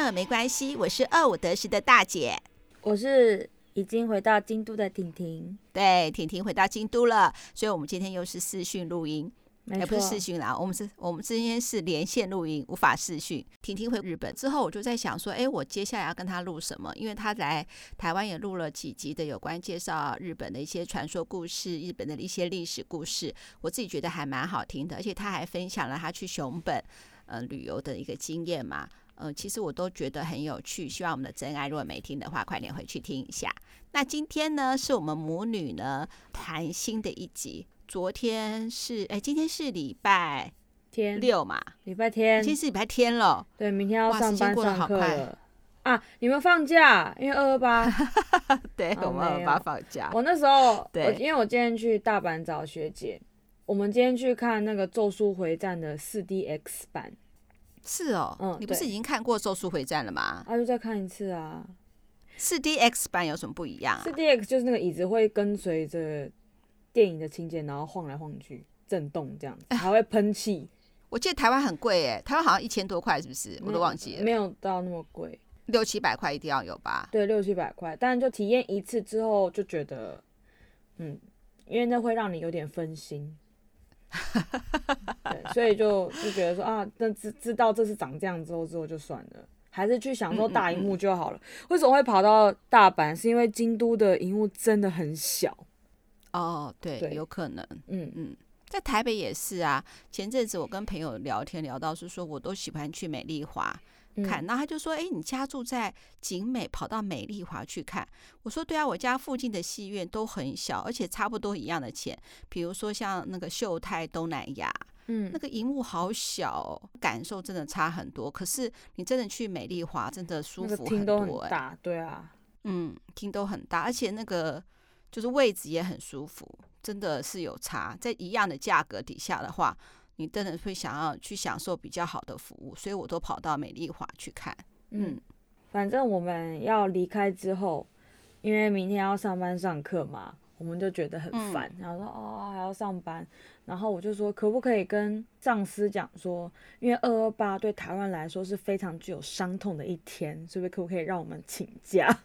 了没关系，我是25得10的大姐， 我是已经回到京都的婷婷。 对，婷婷回到京都了，所以我们今天又是视讯录音， 没错， 不是视讯啦，我们今天是连线录音，无法视讯。婷婷回日本之后，我就在想说，我接下来要跟她录什么？因为她来台湾也录了几集的有关介绍日本的一些传说故事、日本的一些历史故事，我自己觉得还蛮好听的，而且她还分享了她去熊本旅游的一个经验嘛。其实我都觉得很有趣，希望我们的真爱如果没听的话，快点回去听一下。那今天呢，是我们母女呢谈心的一集。昨天是今天是礼拜六嘛， 礼拜天， 今天是礼拜天了。 对，明天要上班上课了啊！ 你们放假？因为228， 对，我们228放假。 我那时候，因为我今天去大阪找学姐，我们今天去看那个《咒术回战》的 4DX 版。 是哦，你不是已经看过《咒术回战》了吗？ 就再看一次啊。 4DX 版有什么不一样啊 ？4DX 就是那个椅子会跟随着电影的情节，然后晃来晃去、震动这样子，还会喷气。 我记得台湾很贵台湾好像1000多块，是不是？我都忘记了。 没有到那么贵 ，600-700块一定要有吧？ 对，600-700块，但就体验一次之后就觉得，因为那会让你有点分心。对，所以就觉得说那知道这是长这样之后就算了，还是去享受大荧幕就好了。为什么会跑到大阪？是因为京都的荧幕真的很小。 对，有可能。在台北也是啊。前阵子我跟朋友聊天聊到是说，我都喜欢去美丽华看，然后他就说你家住在景美，跑到美丽华去看。我说对啊，我家附近的戏院都很小，而且差不多一样的钱。比如说像那个秀泰东南亚，那个荧幕好小感受真的差很多。可是你真的去美丽华真的舒服很多， 厅都很大。对啊， 厅都很大，而且那个就是位置也很舒服，真的是有差。在一样的价格底下的话，你真的会想要去享受比较好的服务，所以我都跑到美丽华去看。 反正我们要离开之后，因为明天要上班上课嘛，我们就觉得很烦，然后说还要上班，然后我就说可不可以跟上司讲说，因为228对台湾来说是非常具有伤痛的一天，所以可不可以让我们请假？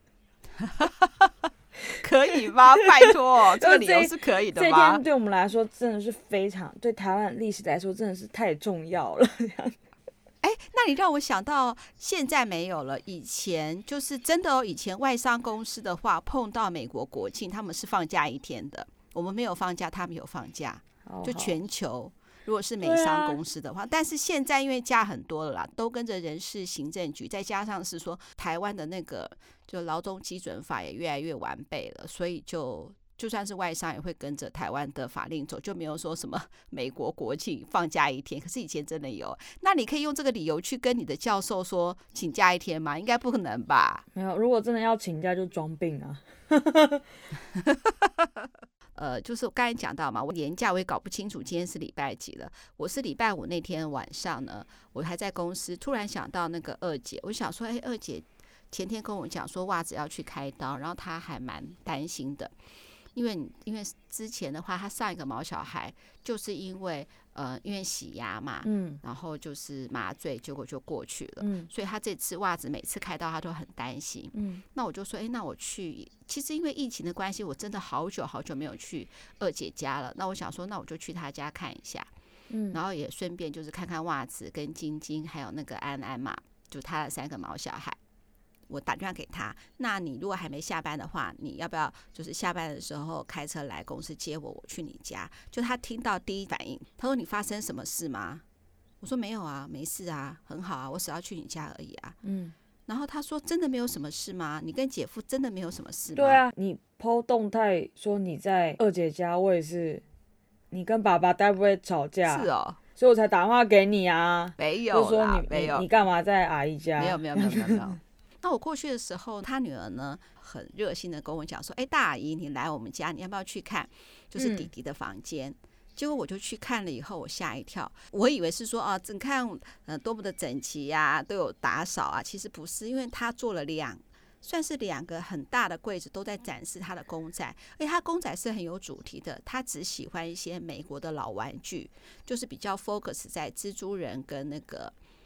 可以吗？拜托，这个理由是可以的吗？ 这天对我们来说真的是非常，对台湾历史来说真的是太重要了。 那你让我想到现在没有了，以前就是真的以前外商公司的话，碰到美国国庆，他们是放假1天的，我们没有放假，他们有放假，就全球。如果是美商公司的话，但是现在因为假很多了啦，都跟着人事行政局，再加上是说台湾的那个就劳动基准法也越来越完备了，所以就算是外商也会跟着台湾的法令走，就没有说什么美国国庆放假1天。可是以前真的有，那你可以用这个理由去跟你的教授说请假1天吗？应该不可能吧？ 没有，如果真的要请假就装病啊。 就是我刚才讲到嘛，我年假我也搞不清楚今天是礼拜几了。我是礼拜5那天晚上呢，我还在公司，突然想到那个二姐，我想说，二姐前天跟我讲说袜子要去开刀，然后她还蛮担心的，因为之前的话，她上一个毛小孩就是因为洗牙嘛，然后就是麻醉，结果就过去了，所以她这次袜子每次开刀她都很担心，那我就说，那我去，其实因为疫情的关系，我真的好久没有去二姐家了，那我想说，那我就去她家看一下，然后也顺便就是看看袜子跟晶晶还有那个安安嘛，就她的3个毛小孩。我打电话给他，那你如果还没下班的话，你要不要就是下班的时候开车来公司接我，我去你家？就他听到第一反应，他说你发生什么事吗？我说没有啊，没事啊，很好啊，我只要去你家而已啊。然后他说真的没有什么事吗？你跟姐夫真的没有什么事吗？ 对啊，你 po 动态说你在二姐家，我也是，你跟爸爸该不会吵架？ 是哦， 所以我才打电话给你啊。 没有啦， 就说没有， 你干嘛在阿姨家？ 没有。那我过去的时候，他女儿呢很热心的跟我讲说，大阿姨你来我们家，你要不要去看就是弟弟的房间？结果我就去看了以后，我吓一跳，我以为是说整看多么的整齐啊，都有打扫啊，其实不是，因为他做了算是2个很大的柜子，都在展示他的公仔，而且他公仔是很有主题的，他只喜欢一些美国的老玩具，就是比较 focus 在蜘蛛人跟那个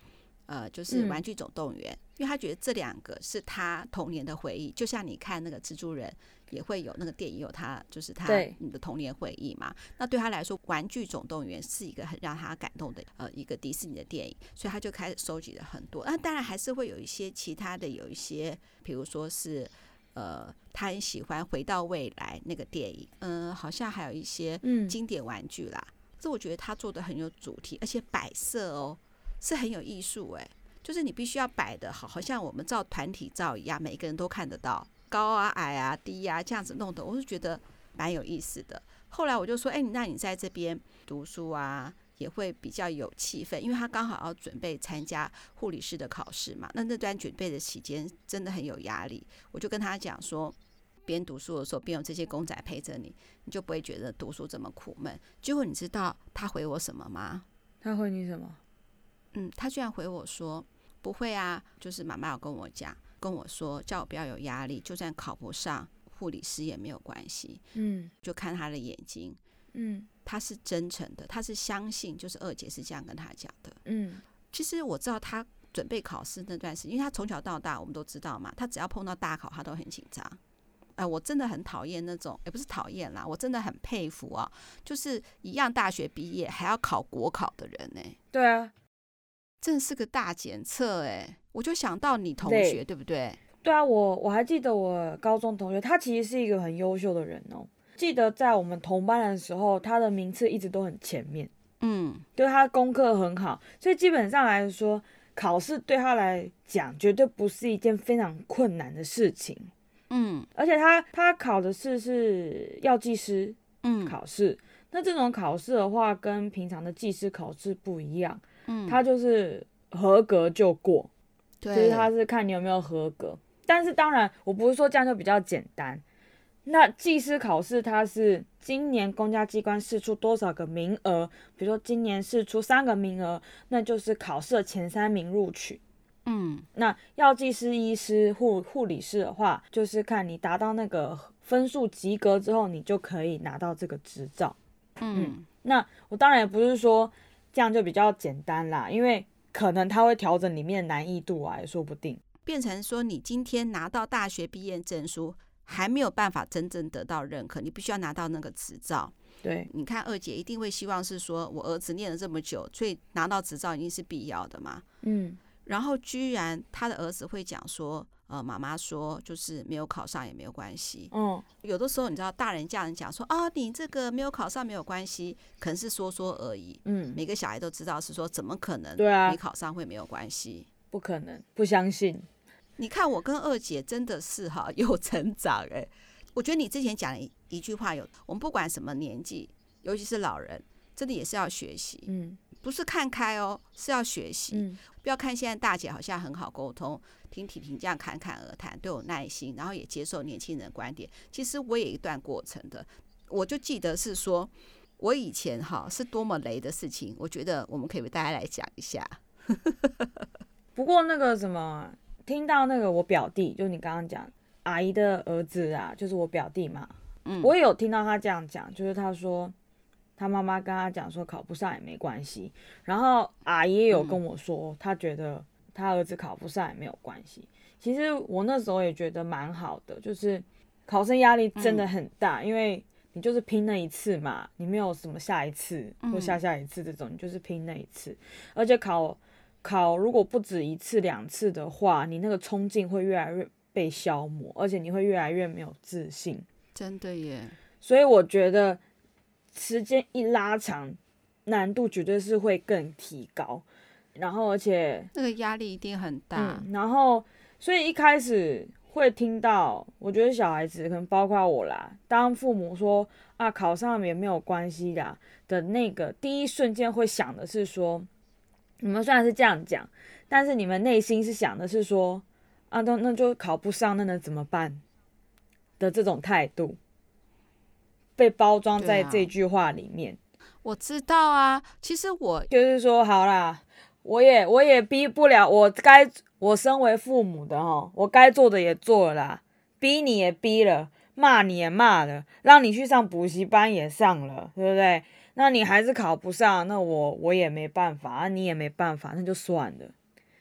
就是玩具总动员，因为他觉得这2个是他童年的回忆，就像你看那个蜘蛛人也会有那个电影有他就是你的童年回忆嘛。那对他来说，玩具总动员是一个很让他感动的一个迪士尼的电影，所以他就开始收集了很多。那当然还是会有一些其他的，有一些比如说是他很喜欢回到未来那个电影，好像还有一些经典玩具啦。这我觉得他做的很有主题，而且摆设哦是很有艺术就是你必须要摆的好像我们照团体照一样，每个人都看得到，高啊矮啊低啊这样子弄的，我是觉得蛮有意思的。后来我就说那你在这边读书啊也会比较有气氛，因为他刚好要准备参加护理师的考试嘛，那段准备的期间真的很有压力。我就跟他讲说，边读书的时候边有这些公仔陪着你，你就不会觉得读书这么苦闷。结果你知道他回我什么吗？ 他回你什么？ 他居然回我说不会啊，就是妈妈有跟我说叫我不要有压力，就算考不上护理师也没有关系。就看他的眼睛，他是真诚的，他是相信，就是二姐是这样跟他讲的。其实我知道他准备考试那段时间，因为他从小到大我们都知道嘛，他只要碰到大考他都很紧张。我真的很讨厌那种，也不是讨厌啦，我真的很佩服啊，就是一样大学毕业还要考国考的人对啊， 真的是个大检测我就想到你同学对不对？ 对啊，我还记得我高中同学，他其实是一个很优秀的人哦。记得在我们同班的时候，他的名次一直都很前面。对，他功课很好，所以基本上来说，考试对他来讲绝对不是一件非常困难的事情。而且他考的是药剂师考试，那这种考试的话跟平常的技师考试不一样，他就是合格就过，就是他是看你有没有合格。但是当然我不是说这样就比较简单，那技师考试它是今年公家机关释出多少个名额，比如说今年释出3个名额，那就是考试的前3名录取。那药剂师、医师、护理师的话，就是看你达到那个分数及格之后，你就可以拿到这个执照。那我当然也不是说这样就比较简单啦，因为可能他会调整里面的难易度啊，也说不定。 变成说你今天拿到大学毕业证书，还没有办法真正得到认可，你必须要拿到那个执照。 对， 你看二姐一定会希望是说我儿子念了这么久，所以拿到执照一定是必要的嘛。然后居然他的儿子会讲说，妈妈说就是没有考上也没有关系。有的时候你知道大人家人讲说你这个没有考上没有关系，可能是说说而已。每个小孩都知道是说怎么可能没考上会没有关系， 不可能，不相信。 你看我跟二姐真的是有成长我觉得你之前讲一句话我们不管什么年纪，尤其是老人，真的也是要学习。不是看开是要学习。不要看现在大姐好像很好沟通，听婷婷这样侃侃而谈，都有耐心，然后也接受年轻人的观点。其实我也有一段过程的，我就记得是说我以前是多么雷的事情，我觉得我们可以为大家来讲一下。 不过那个什么，听到那个我表弟，就你刚刚讲阿姨的儿子啊，就是我表弟嘛，我也有听到他这样讲，就是他说他妈妈跟他讲说考不上也没关系，然后阿姨也有跟我说，他觉得他儿子考不上也没有关系。其实我那时候也觉得蛮好的，就是考生压力真的很大，因为你就是拼那一次嘛，你没有什么下一次或下下一次这种，你就是拼那一次。而且考如果不止1次2次的话，你那个冲劲会越来越被消磨，而且你会越来越没有自信。 真的耶。 所以我觉得时间一拉长，难度绝对是会更提高，然后而且那个压力一定很大。 然后所以一开始会听到，我觉得小孩子可能包括我啦，当父母说考上也没有关系啦的那个第一瞬间会想的是说，你们虽然是这样讲，但是你们内心是想的是说那就考不上，那能怎么办的这种态度被包装在这句话里面。 我知道啊，其实我就是说好啦，我也逼不了，我身为父母的我该做的也做了啦，逼你也逼了，骂你也骂了，让你去上补习班也上了，对不对？那你还是考不上，那我也没办法你也没办法，那就算了。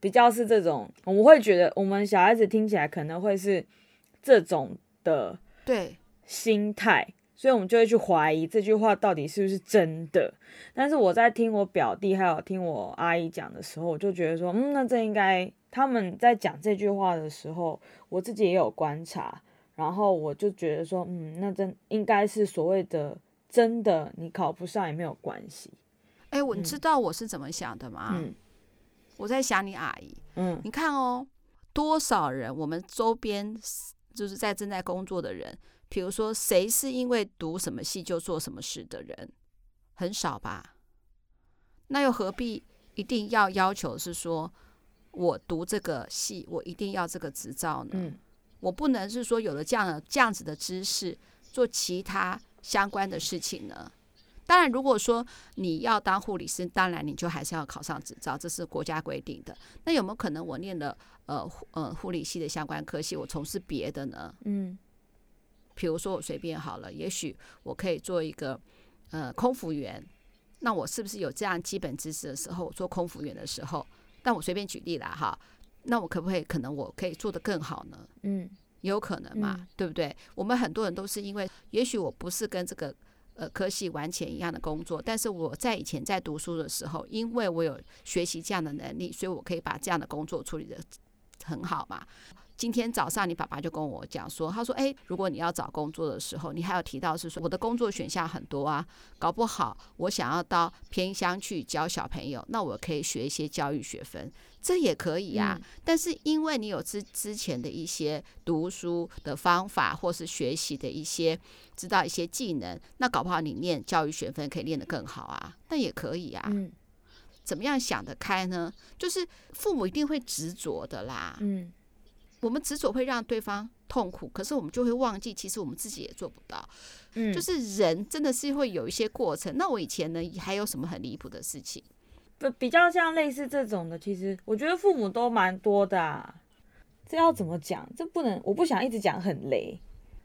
比较是这种，我们会觉得我们小孩子听起来可能会是这种的对心态，所以我们就会去怀疑这句话到底是不是真的。但是我在听我表弟还有听我阿姨讲的时候，我就觉得说，那这应该他们在讲这句话的时候，我自己也有观察，然后我就觉得说，那真应该是所谓的真的，你考不上也没有关系。 你知道我是怎么想的吗？我在想你阿姨，你看哦，多少人我们周边就是正在工作的人，比如说谁是因为读什么系就做什么事的人，很少吧？那又何必一定要求是说我读这个系，我一定要这个执照呢？我不能是说有了这样子的知识，做其他相关的事情呢？当然，如果说你要当护理师，当然你就还是要考上执照，这是国家规定的。那有没有可能我念了护理系的相关科系，我从事别的呢？比如说我随便好了，也许我可以做一个空服员。那我是不是有这样基本知识的时候，我做空服员的时候，但我随便举例啦哈，那我可能我可以做得更好呢？也有可能嘛，对不对？我们很多人都是因为，也许我不是跟这个科系完全一样的工作，但是我在以前在读书的时候，因为我有学习这样的能力，所以我可以把这样的工作处理得很好嘛。今天早上你爸爸就跟我讲说，他说如果你要找工作的时候，你还有提到是说我的工作选项很多啊，搞不好我想要到偏乡去教小朋友，那我可以学一些教育学分，这也可以啊。但是因为你有之前的一些读书的方法，或是学习的知道一些技能，那搞不好你念教育学分可以练得更好啊，那也可以啊。怎么样想得开呢？就是父母一定会执着的啦。我们执着会让对方痛苦，可是我们就会忘记，其实我们自己也做不到。就是人真的是会有一些过程。那我以前呢，还有什么很离谱的事情？ 比较像类似这种的，其实我觉得父母都蛮多的啊。这要怎么讲？这不能，我不想一直讲很雷。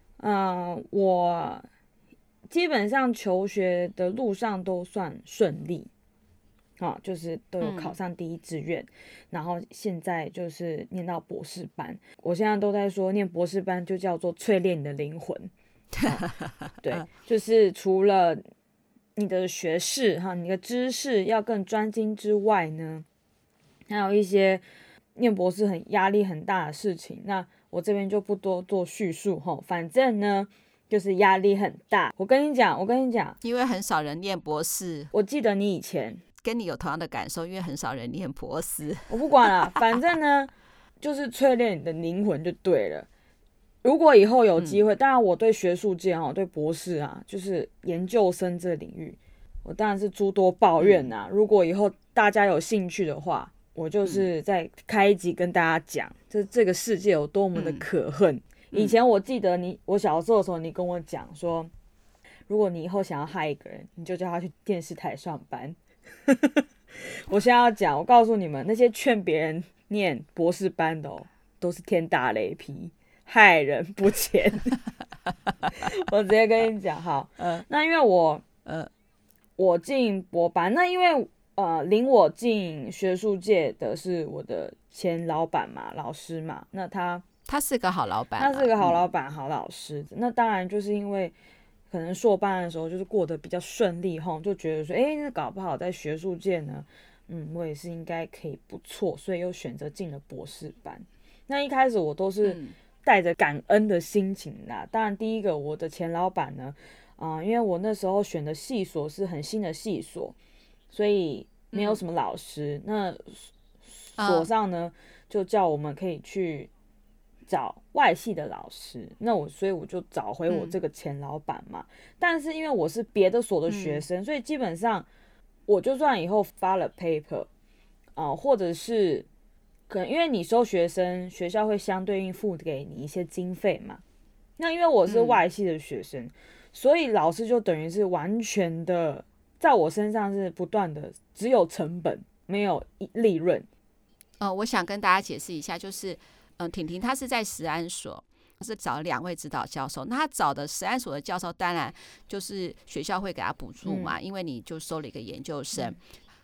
我基本上求学的路上都算顺利。就是都有考上第一志愿，然后现在就是念到博士班。我现在都在说，念博士班就叫做淬炼你的灵魂。对，就是除了你的学识你的知识要更专精之外呢，还有一些念博士压力很大的事情。那我这边就不多做叙述反正呢就是压力很大。我跟你讲， 因为很少人念博士。 我记得你以前跟你有同样的感受，因为很少人念博士。 我不管了，反正呢，就是淬炼你的灵魂就对了。如果以后有机会，当然我对学术界对博士啊，就是研究生这领域，我当然是诸多抱怨啊。如果以后大家有兴趣的话，我就是再开一集跟大家讲，这个世界有多么的可恨。以前我记得我小时候的时候，你跟我讲说，如果你以后想要害一个人，你就叫他去电视台上班。我现在要讲，我告诉你们，那些劝别人念博士班的都是天打雷劈，害人不浅。我直接跟你讲，好，那因为我进博班，那因为领我进学术界的是我的前老板嘛，老师嘛，那他是个好老板， 他是个好老板，好老师。那当然就是因为可能硕班的时候就是过得比较顺利就觉得说那搞不好在学术界呢我也是应该可以不错，所以又选择进了博士班。那一开始我都是带着感恩的心情啦。当然第一个我的前老板呢因为我那时候选的系所是很新的系所，所以没有什么老师，那所上呢就叫我们可以去找外系的老师，所以我就找回我这个前老板嘛。但是因为我是别的所的学生，所以基本上我就算以后发了 paper 或者是可能因为你收学生，学校会相对应付给你一些经费嘛。那因为我是外系的学生，所以老师就等于是完全的在我身上是不断的只有成本没有利润。 我想跟大家解释一下，就是婷婷她是在食安所，是找了2位指导教授。那她找的食安所的教授，当然就是学校会给她补助嘛，因为你就收了一个研究生。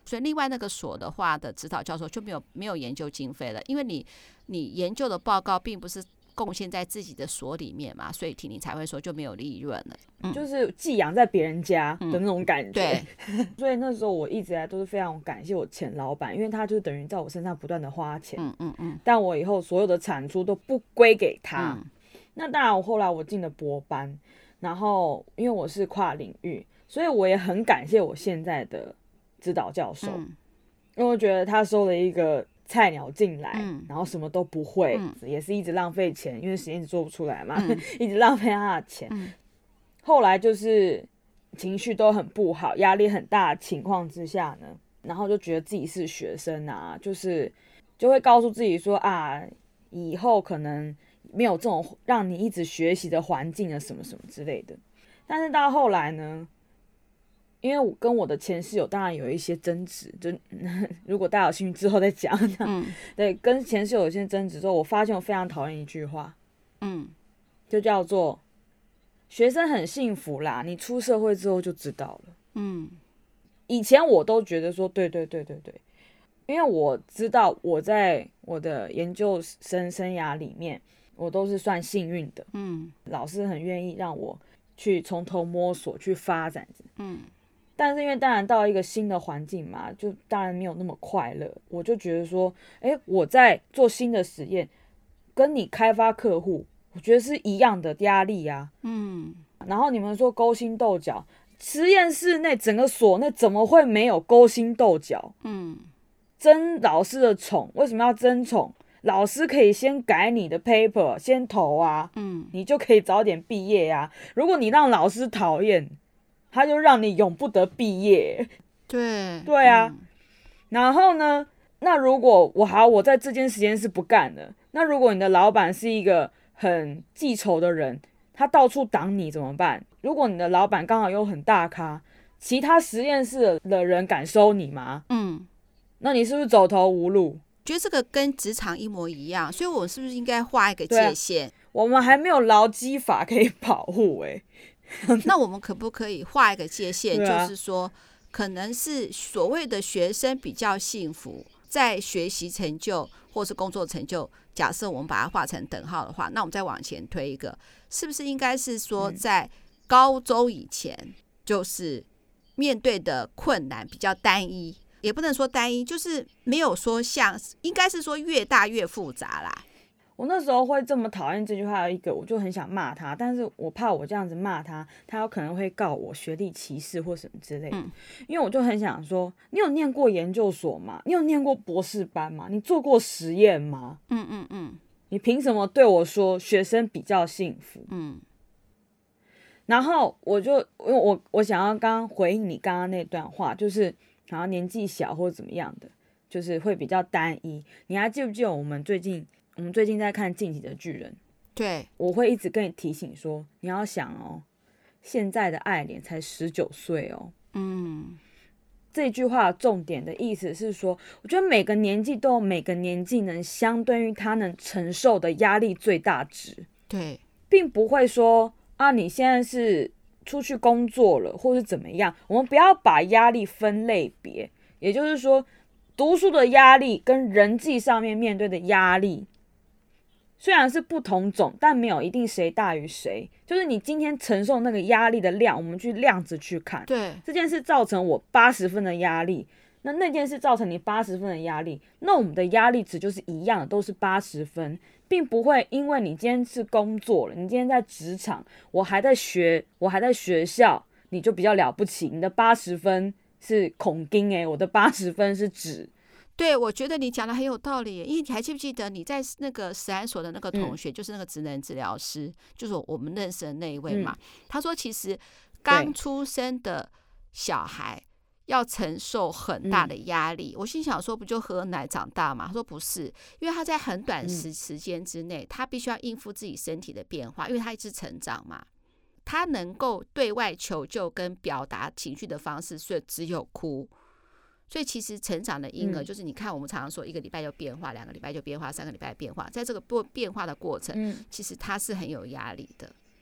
所以另外那个所的话的指导教授就没有研究经费了，因为你研究的报告并不是贡献在自己的所里面嘛，所以婷婷才会说就没有利润了， 就是寄养在别人家的那种感觉。 对， 所以那时候我一直来都是非常感谢我前老板，因为他就等于在我身上不断的花钱，但我以后所有的产出都不归给他。那当然，后来我进了博班，然后因为我是跨领域，所以我也很感谢我现在的指导教授，因为我觉得他收了一个菜鸟进来，然后什么都不会，也是一直浪费钱，因为实验室做不出来嘛，一直浪费他的钱。后来就是情绪都很不好，压力很大的情况之下呢，然后就觉得自己是学生啊，就会告诉自己说啊，以后可能没有这种让你一直学习的环境啊，什么什么之类的。但是到后来呢，因为我跟我的前室友当然有一些争执，就如果大家有兴趣之后再讲。对，跟前室友有一些争执之后，我发现我非常讨厌一句话，就叫做学生很幸福啦，你出社会之后就知道了。以前我都觉得说对，因为我知道我在我的研究生生涯里面，我都是算幸运的。老师很愿意让我去从头摸索去发展。但是因为当然到一个新的环境嘛，就当然没有那么快乐。我就觉得说，我在做新的实验，跟你开发客户，我觉得是一样的压力啊。然后你们说勾心斗角，实验室内整个所内怎么会没有勾心斗角？争老师的宠，为什么要争宠？老师可以先改你的 paper， 先投啊，你就可以早点毕业啊。如果你让老师讨厌，他就让你永不得毕业。对啊。然后呢，那如果我在这间实验室不干了，那如果你的老板是一个很记仇的人，他到处挡你怎么办？如果你的老板刚好有很大咖，其他实验室的人敢收你吗？那你是不是走投无路？ 觉得这个跟职场一模一样，所以我是不是应该画一个界限？ 我们还没有劳基法可以保护那我们可不可以画一个界限？就是说，可能是所谓的学生比较幸福，在学习成就或是工作成就，假设我们把它画成等号的话，那我们再往前推一个，是不是应该是说，在高中以前，就是面对的困难比较单一，也不能说单一，就是没有说应该是说越大越复杂啦。 我那时候会这么讨厌这句话，有一个我就很想骂他，但是我怕我这样子骂他，他有可能会告我学历歧视或什么之类的。因为我就很想说，你有念过研究所吗？你有念过博士班吗？你做过实验吗？你凭什么对我说学生比较幸福？然后我想要刚刚回应你刚刚那段话，就是好像年纪小或怎么样的，就是会比较单一。你还记不记得我们最近在看《进击的巨人》？ 对， 我会一直跟你提醒说，你要想哦，现在的爱莲才19岁哦。这句话重点的意思是说，我觉得每个年纪都有每个年纪能相对于他能承受的压力最大值。 对， 并不会说啊，你现在是出去工作了，或是怎么样。我们不要把压力分类别，也就是说，读书的压力跟人际上面面对的压力，虽然是不同种，但没有一定谁大于谁。就是你今天承受那个压力的量，我们去量子去看。 对， 这件事造成我80分的压力，那件事造成你80分的压力，那我们的压力值就是一样的，都是80分，并不会因为你今天是工作了，你今天在职场，我还在学校，你就比较了不起。你的80分是恐惊我的80分是纸。 对，我觉得你讲的很有道理，因为你还记不记得你在那个实验所的那个同学，就是那个职能治疗师，就是我们认识的那一位嘛。他说，其实刚出生的小孩要承受很大的压力。我心想说，不就喝奶长大吗？他说不是，因为他在很短时间之内，他必须要应付自己身体的变化，因为他一直成长嘛。他能够对外求救跟表达情绪的方式，所以只有哭。所以其实成长的婴儿就是你看我们常常说1个礼拜就变化，2个礼拜就变化，3个礼拜变化，在这个变化的过程，其实他是很有压力的。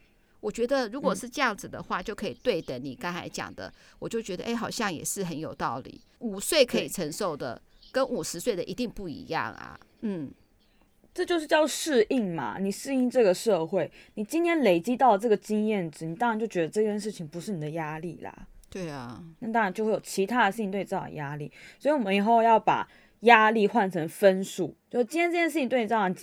我觉得如果是这样子的话，就可以对等你刚才讲的，我就觉得好像也是很有道理。5岁可以承受的，跟50岁的一定不一样啊。 这就是叫适应嘛，你适应这个社会，你今天累积到了这个经验值，你当然就觉得这件事情不是你的压力啦。 对啊， 那当然就会有其他的事情对你造成压力，所以我们以后要把压力换成分数，就今天这件事情对你造成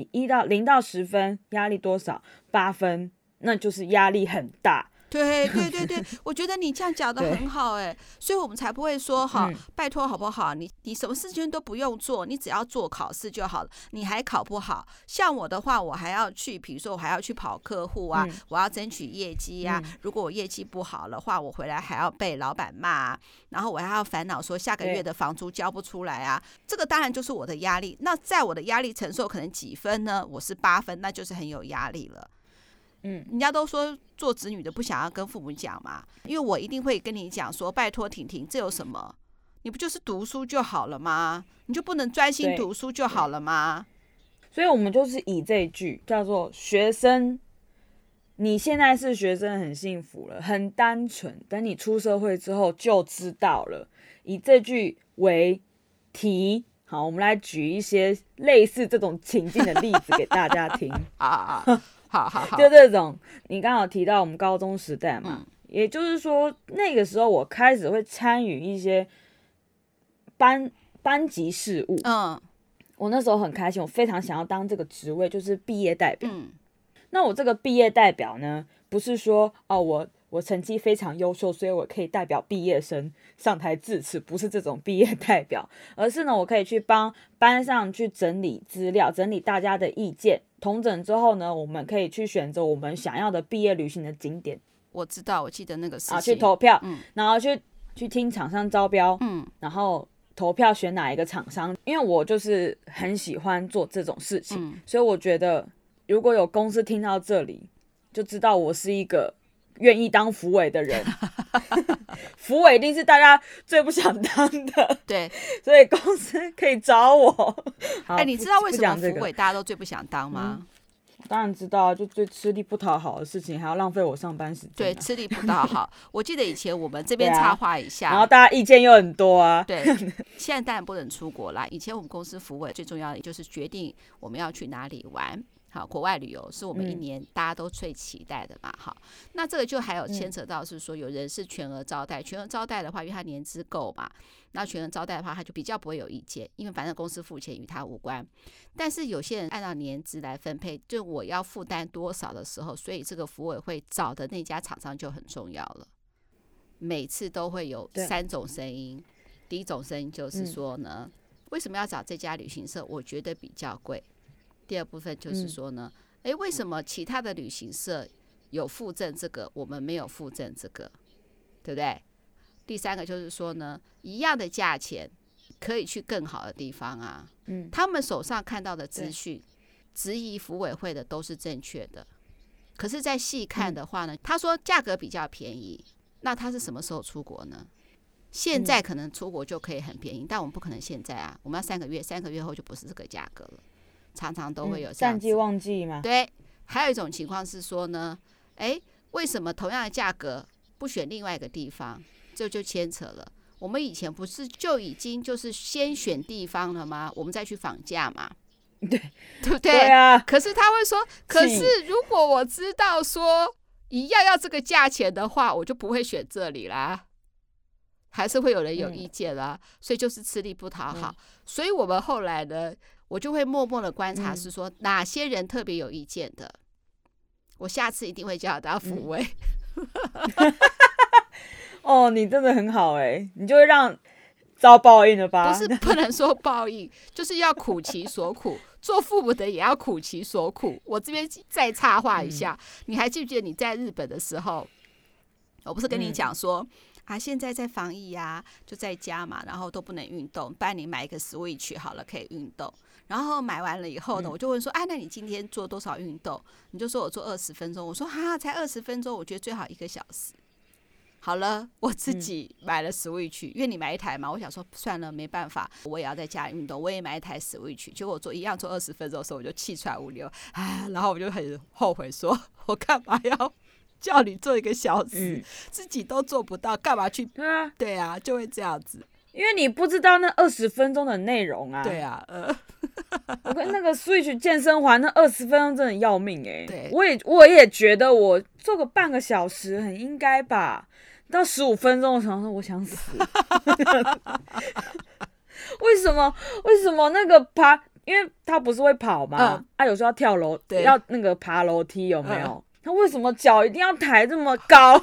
0到10分，压力多少？8分，那就是压力很大。 对，我觉得你这样讲的很好所以我们才不会说拜托好不好？你什么事情都不用做，你只要做考试就好了。你还考不好，像我的话，我还要去，比如说我还要去跑客户啊，我要争取业绩啊。如果我业绩不好的话，我回来还要被老板骂啊，然后我还要烦恼说下个月的房租交不出来啊。这个当然就是我的压力。那在我的压力承受可能几分呢？我是8分，那就是很有压力了。人家都说做子女的不想要跟父母讲嘛，因为我一定会跟你讲说，拜托婷婷，这有什么？你不就是读书就好了吗？你就不能专心读书就好了吗？ 所以我们就是以这一句叫做学生，你现在是学生很幸福了，很单纯，等你出社会之后就知道了。以这句为题，好，我们来举一些类似这种情境的例子给大家听。 好， 就这种，你刚好提到我们高中时代嘛，也就是说那个时候我开始会参与一些班级事务。我那时候很开心，我非常想要当这个职位，就是毕业代表。那我这个毕业代表呢，不是说我成绩非常优秀，所以我可以代表毕业生上台致辞，不是这种毕业代表，而是呢，我可以去帮班上去整理资料，整理大家的意见，统整之后呢，我们可以去选择我们想要的毕业旅行的景点。 我知道，我记得那个事情。 去投票，然后去听厂商招标，然后投票选哪一个厂商。因为我就是很喜欢做这种事情，所以我觉得如果有公司听到这里，就知道我是一个愿意当福委的人。福委一定是大家最不想当的， 对， 所以公司可以找我。 你知道为什么福委大家都最不想当吗？ 当然知道，就最吃力不讨好的事情，还要浪费我上班时间。 对，吃力不讨好。我记得以前我们这边插话一下， 然后大家意见又很多啊。 对，现在当然不能出国啦。以前我们公司福委最重要的就是决定我们要去哪里玩。好，国外旅游是我们一年大家都最期待的嘛。好，那这个就还有牵扯到是说，有人是全额招待，全额招待的话，因为他年资够嘛，那全额招待的话，他就比较不会有意见，因为反正公司付钱与他无关。但是有些人按照年资来分配，就我要负担多少的时候，所以这个福委会找的那家厂商就很重要了。每次都会有3种声音，第一种声音就是说呢，为什么要找这家旅行社？我觉得比较贵。第二部分就是说呢，为什么其他的旅行社有附赠这个，我们没有附赠这个，对不对？第三个就是说呢，一样的价钱可以去更好的地方啊。他们手上看到的资讯，质疑福委会的都是正确的，可是再细看的话呢，他说价格比较便宜，那他是什么时候出国呢？现在可能出国就可以很便宜，但我们不可能现在啊，我们要3个月，3个月后就不是这个价格了。常常都会有这样子， 淡季旺季嘛。 对，还有一种情况是说呢，为什么同样的价格不选另外一个地方？这就牵扯了。我们以前不是就已经就是先选地方了吗？我们再去访价嘛， 对不对？ 对啊。 可是他会说，可是如果我知道说一样要这个价钱的话，我就不会选这里啦。还是会有人有意见啦，所以就是吃力不讨好。所以我们后来呢，我就会默默的观察，是说哪些人特别有意见的，我下次一定会叫他当福委。 哦，你真的很好你就会让遭报应了吧？ 不能说报应，就是要苦其所苦。做父母的也要苦其所苦。我这边再插话一下，你还记不记得你在日本的时候，我不是跟你讲说，现在在防疫啊，就在家嘛，然后都不能运动，不然你买一个 Switch 好了，可以运动。然后买完了以后呢，我就问说，那你今天做多少运动？你就说我做20分钟。我说才20分钟，我觉得最好1个小时。好了，我自己买了 Switch，因为你买一台嘛，我想说算了，没办法，我也要在家里运动，我也买一台 Switch。结果我一样做20分钟的时候，我就气喘如牛然后我就很后悔说，我干嘛要叫你做1个小时， 嗯， 自己都做不到，干嘛去？ 对啊， 对啊，就会这样子。 因为你不知道那20分钟的内容啊。 对啊， 我跟那个 Switch 健身环那20分钟真的要命对， 我也觉得我做个半个小时很应该吧。到15分钟，我想说我想死。为什么那个爬？因为他不是会跑吗？有时候要跳楼，要那个爬楼梯，有没有？他为什么脚一定要抬这么高？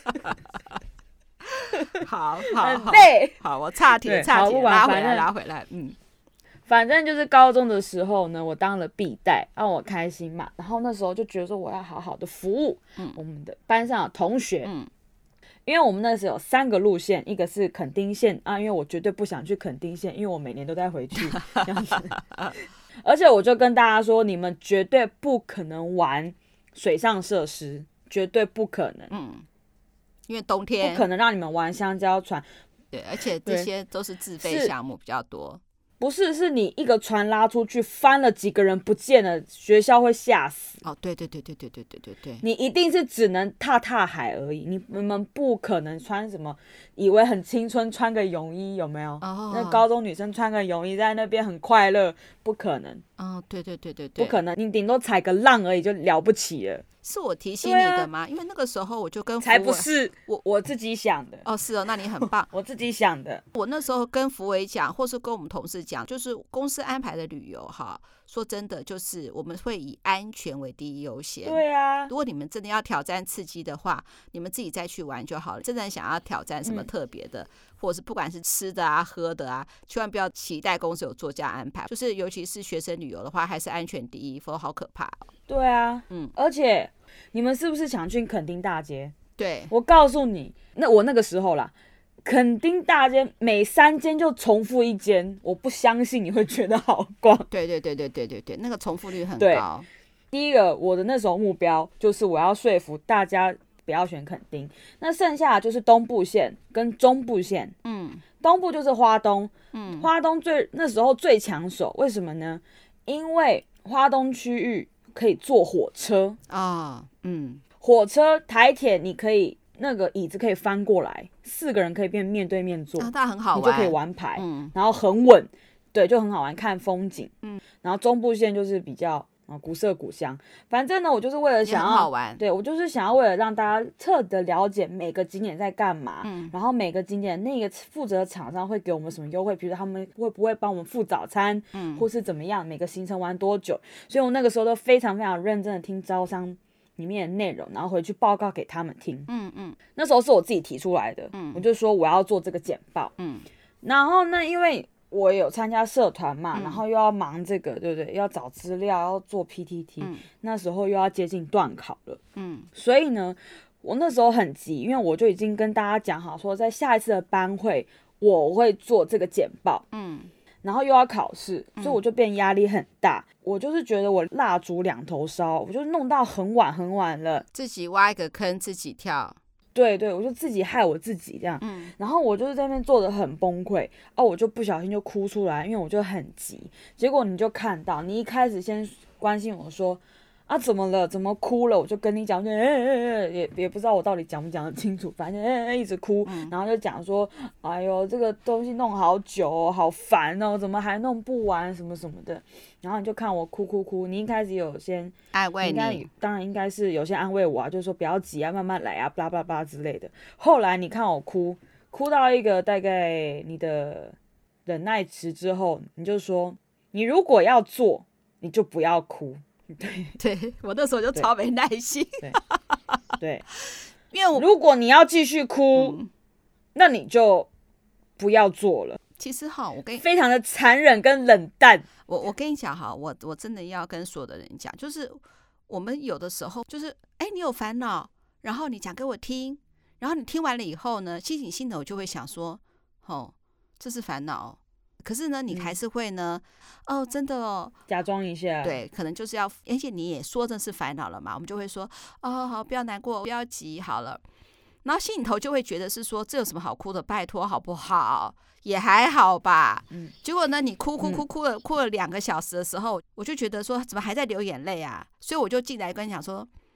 好， 很累。 好，我岔题，拉回来。 反正就是高中的时候呢，我当了毕代，让我开心嘛。然后那时候就觉得说，我要好好的服务我们的班上的同学。因为我们那时候有3个路线，一个是垦丁线啊，因为我绝对不想去垦丁线，因为我每年都在回去这样子。而且我就跟大家说，你们绝对不可能玩水上设施，绝对不可能。 因为冬天不可能让你们玩香蕉船。 对，而且这些都是自费项目比较多。 不是，是你一个船拉出去，翻了几个人不见了，学校会吓死。 哦，对， 你一定是只能踏海而已，你们不可能穿什么，以为很青春穿个泳衣有没有？那高中女生穿个泳衣在那边很快乐，不可能。 对， 不可能，你顶多踩个浪而已就了不起了。 是我提醒你的吗？因为那个时候我就跟才不是我自己想的。 是哦，那你很棒。 我自己想的。 我那时候跟福伟讲，或是跟我们同事讲，就是公司安排的旅游哈，说真的，就是我们会以安全为第一优先。 对啊， 如果你们真的要挑战刺激的话，你们自己再去玩就好了。真的想要挑战什么特别的，或者是不管是吃的啊、喝的啊，千万不要期待公司有做这样安排。就是尤其是学生旅游的话，还是安全第一，否则好可怕哦。 对啊，而且你们是不是想去垦丁大街？ 对， 我告诉你，我那个时候啦，垦丁大街每3间就重复1间，我不相信你会觉得好逛。 对，那个重复率很高。 第一个，我的那时候目标就是我要说服大家不要选垦丁，那剩下的就是东部线跟中部线。东部就是花东，花东那时候最抢手，为什么呢？因为花东区域可以坐火车火车台铁你可以那个椅子可以翻过来，4个人可以面对面坐， 那很好玩， 你就可以玩牌，然后很稳，对，就很好玩，看风景。然后中部线就是比较古色古香。反正呢，我就是为了想要好玩， 对，我就是想要为了让大家彻底了解每个景点在干嘛，然后每个景点那个负责的厂商会给我们什么优惠，比如他们会不会帮我们付早餐，或是怎么样，每个行程玩多久。所以我那个时候都非常非常认真的听招商里面的内容，然后回去报告给他们听。那时候是我自己提出来的，我就说我要做这个简报。然后呢，因为我有参加社团嘛，然后又要忙这个，对不对？要找资料，要做 PTT，那时候又要接近段考了。所以呢，我那时候很急，因为我就已经跟大家讲好，说在下一次的班会我会做这个简报。然后又要考试，所以我就变压力很大。我就是觉得我蜡烛2头烧，我就弄到很晚很晚了， 自己挖一个坑自己跳。 对，我就自己害我自己这样。然后我就是在那边做的很崩溃，我就不小心就哭出来，因为我就很急。结果你就看到，你一开始先关心我说怎么了？怎么哭了？我就跟你讲，也不知道我到底讲不讲得清楚，反正一直哭，然后就讲说，哎呦，这个东西弄好久哦，好烦哦，怎么还弄不完什么什么的。然后你就看我哭，你一开始有先安慰你， 当然应该是有些安慰我啊，就是说不要急啊，慢慢来啊，巴拉巴拉之类的。后来你看我哭到一个大概你的忍耐值之后，你就说，你如果要做，你就不要哭。 对，我那时候就超没耐心。 对， 因为如果你要继续哭，那你就不要做了。 其实我跟你非常的残忍跟冷淡。 我跟你讲我真的要跟所有的人讲，就是我们有的时候就是你有烦恼，然后你讲给我听，然后你听完了以后呢，心里头就会想说，这是烦恼。可是呢，你还是会呢，真的哦， 假装一下， 对，可能就是要，而且你也说这是烦恼了嘛，我们就会说，好，不要难过，不要急，好了。然后心里头就会觉得是说，这有什么好哭的？拜托，好不好？也还好吧。结果呢，你哭了2个小时的时候，我就觉得说，怎么还在流眼泪啊？所以我就进来跟你讲说，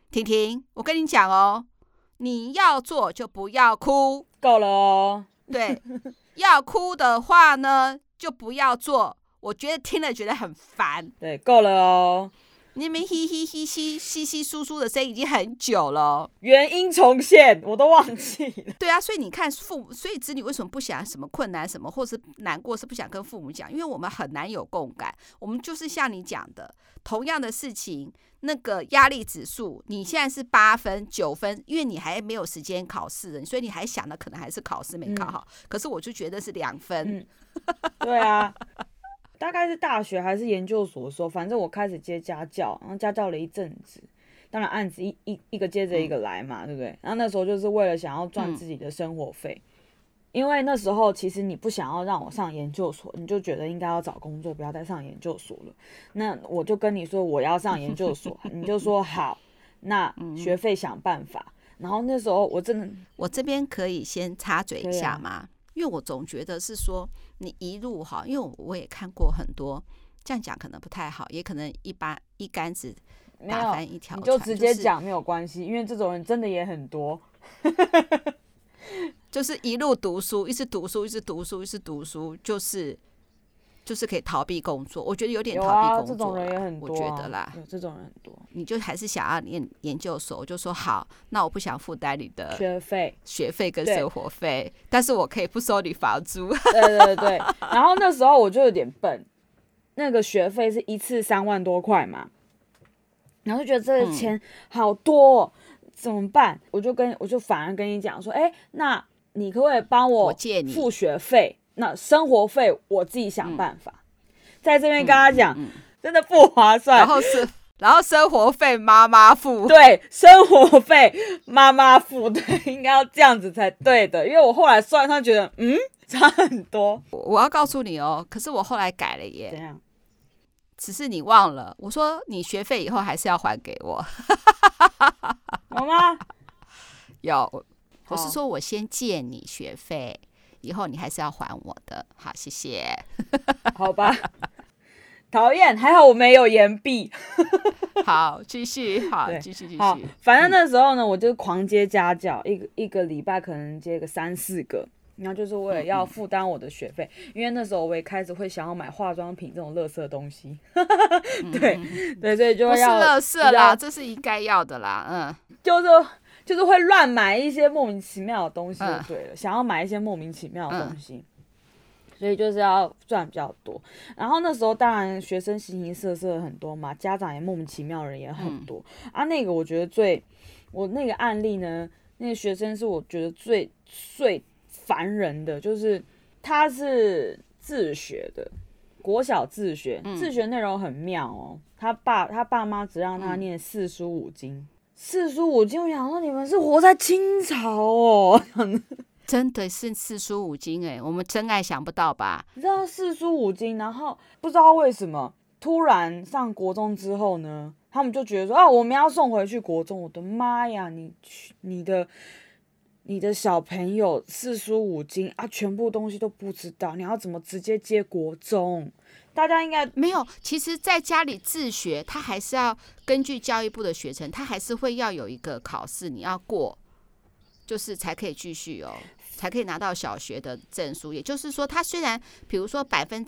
婷婷，我跟你讲哦，你要做就不要哭， 够了哦。 对，要哭的话呢，就不要做。我觉得听了觉得很烦。 对，够了哦。 你们嘻嘻嘻嘻稀稀疏疏的声音已经很久了哦。 原因重现，我都忘记了。 对啊，所以你看所以子女为什么不想什么困难什么，或是难过是不想跟父母讲？因为我们很难有共感。我们就是像你讲的，同样的事情，那个压力指数，你现在是8分9分，因为你还没有时间考试，所以你还想的可能还是考试没考好。可是我就觉得是2分。 对啊。大概是大学还是研究所的时候，反正我开始接家教，然后家教了一阵子，当然案子一个接着一个来嘛，对不对？然后那时候就是为了想要赚自己的生活费，因为那时候其实你不想要让我上研究所，你就觉得应该要找工作，不要再上研究所了。那我就跟你说我要上研究所，你就说好，那学费想办法。然后那时候我真的， 我这边可以先插嘴一下吗？因为我总觉得是说你一路哈，因为我也看过很多，这样讲可能不太好，也可能一竿子打翻一条船， 你就直接讲没有关系，因为这种人真的也很多。 就是一路读书，一直读书，一直读书，一直读书，就是可以逃避工作。我觉得有点逃避工作， 这种人也很多， 我觉得啦， 有这种人很多。 你就还是想要念研究所，我就说好，那我不想负担你的学费跟生活费，但是我可以不收你房租。 对。然后那时候我就有点笨，那个学费是一次3万多块嘛，然后就觉得这个钱好多哦，怎么办？我就反而跟你讲说，那你可不可以帮我付学费？那生活费我自己想办法。在这边跟他讲，真的不划算。 然后生活费妈妈付。 对，生活费妈妈付，对，应该要这样子才对的。因为我后来算上觉得，差很多。 我要告诉你哦，可是我后来改了耶。 怎样？ 只是你忘了，我说你学费以后还是要还给我。 有吗？ 有，我是说我先借你学费，以后你还是要还我的。好，谢谢。 好吧。讨厌，还好我没有延毕。 好，继续。好，继续。 好，反正那时候呢，我就狂接家教，一个礼拜可能接个3、4个，然后就是为了要负担我的学费，因为那时候我也开始会想要买化妆品这种垃圾东西。对，所以就要不是垃圾啦，这是应该要的啦。 就是会乱买一些莫名其妙的东西，就对了，想要买一些莫名其妙的东西。所以就是要赚比较多，然后那时候当然学生形形色色很多嘛，家长也莫名其妙的人也很多啊。那个我觉得我那个案例呢，那个学生是我觉得最烦人的，就是他是自学的，国小自学，自学内容很妙哦。他爸妈只让他念4书5经，4书5经，我想说你们是活在清朝哦。 真的是4书5经我们真爱想不到吧？ 你知道4书5经，然后不知道为什么突然上国中之后呢，他们就觉得说我们要送回去国中。我的妈呀，你的小朋友4书5经啊，全部东西都不知道，你要怎么直接接国中？大家应该没有。其实在家里自学，他还是要根据教育部的学程，他还是会要有一个考试，你要过，就是才可以继续才可以拿到小学的证书。也就是说，他虽然比如说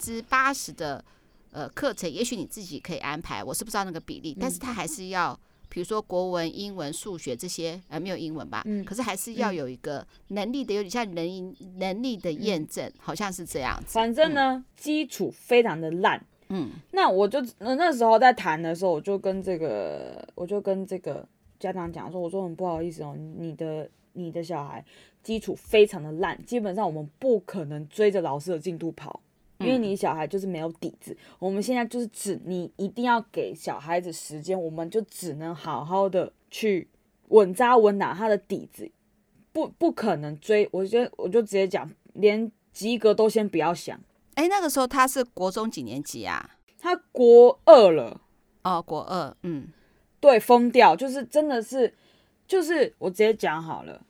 80%的课程，也许你自己可以安排，我是不知道那个比例，但是他还是要，比如说国文、英文、数学这些，没有英文吧？可是还是要有一个能力的，有点像能力的验证，好像是这样子。 反正呢，基础非常的烂。那我就那时候在谈的时候，我就跟这个家长讲说，我说很不好意思哦，你的小孩基础非常的烂，基本上我们不可能追着老师的进度跑，因为你小孩就是没有底子。我们现在就是你一定要给小孩子时间，我们就只能好好的去稳扎稳打他的底子，不可能追。我就直接讲，连及格都先不要想。 那个时候他是国中几年级啊？ 他国2了。 国2。 对，疯掉，就是真的是，就是我直接讲好了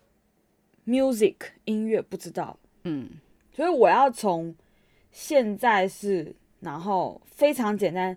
，music 音乐不知道，所以我要从现在是，然后非常简单，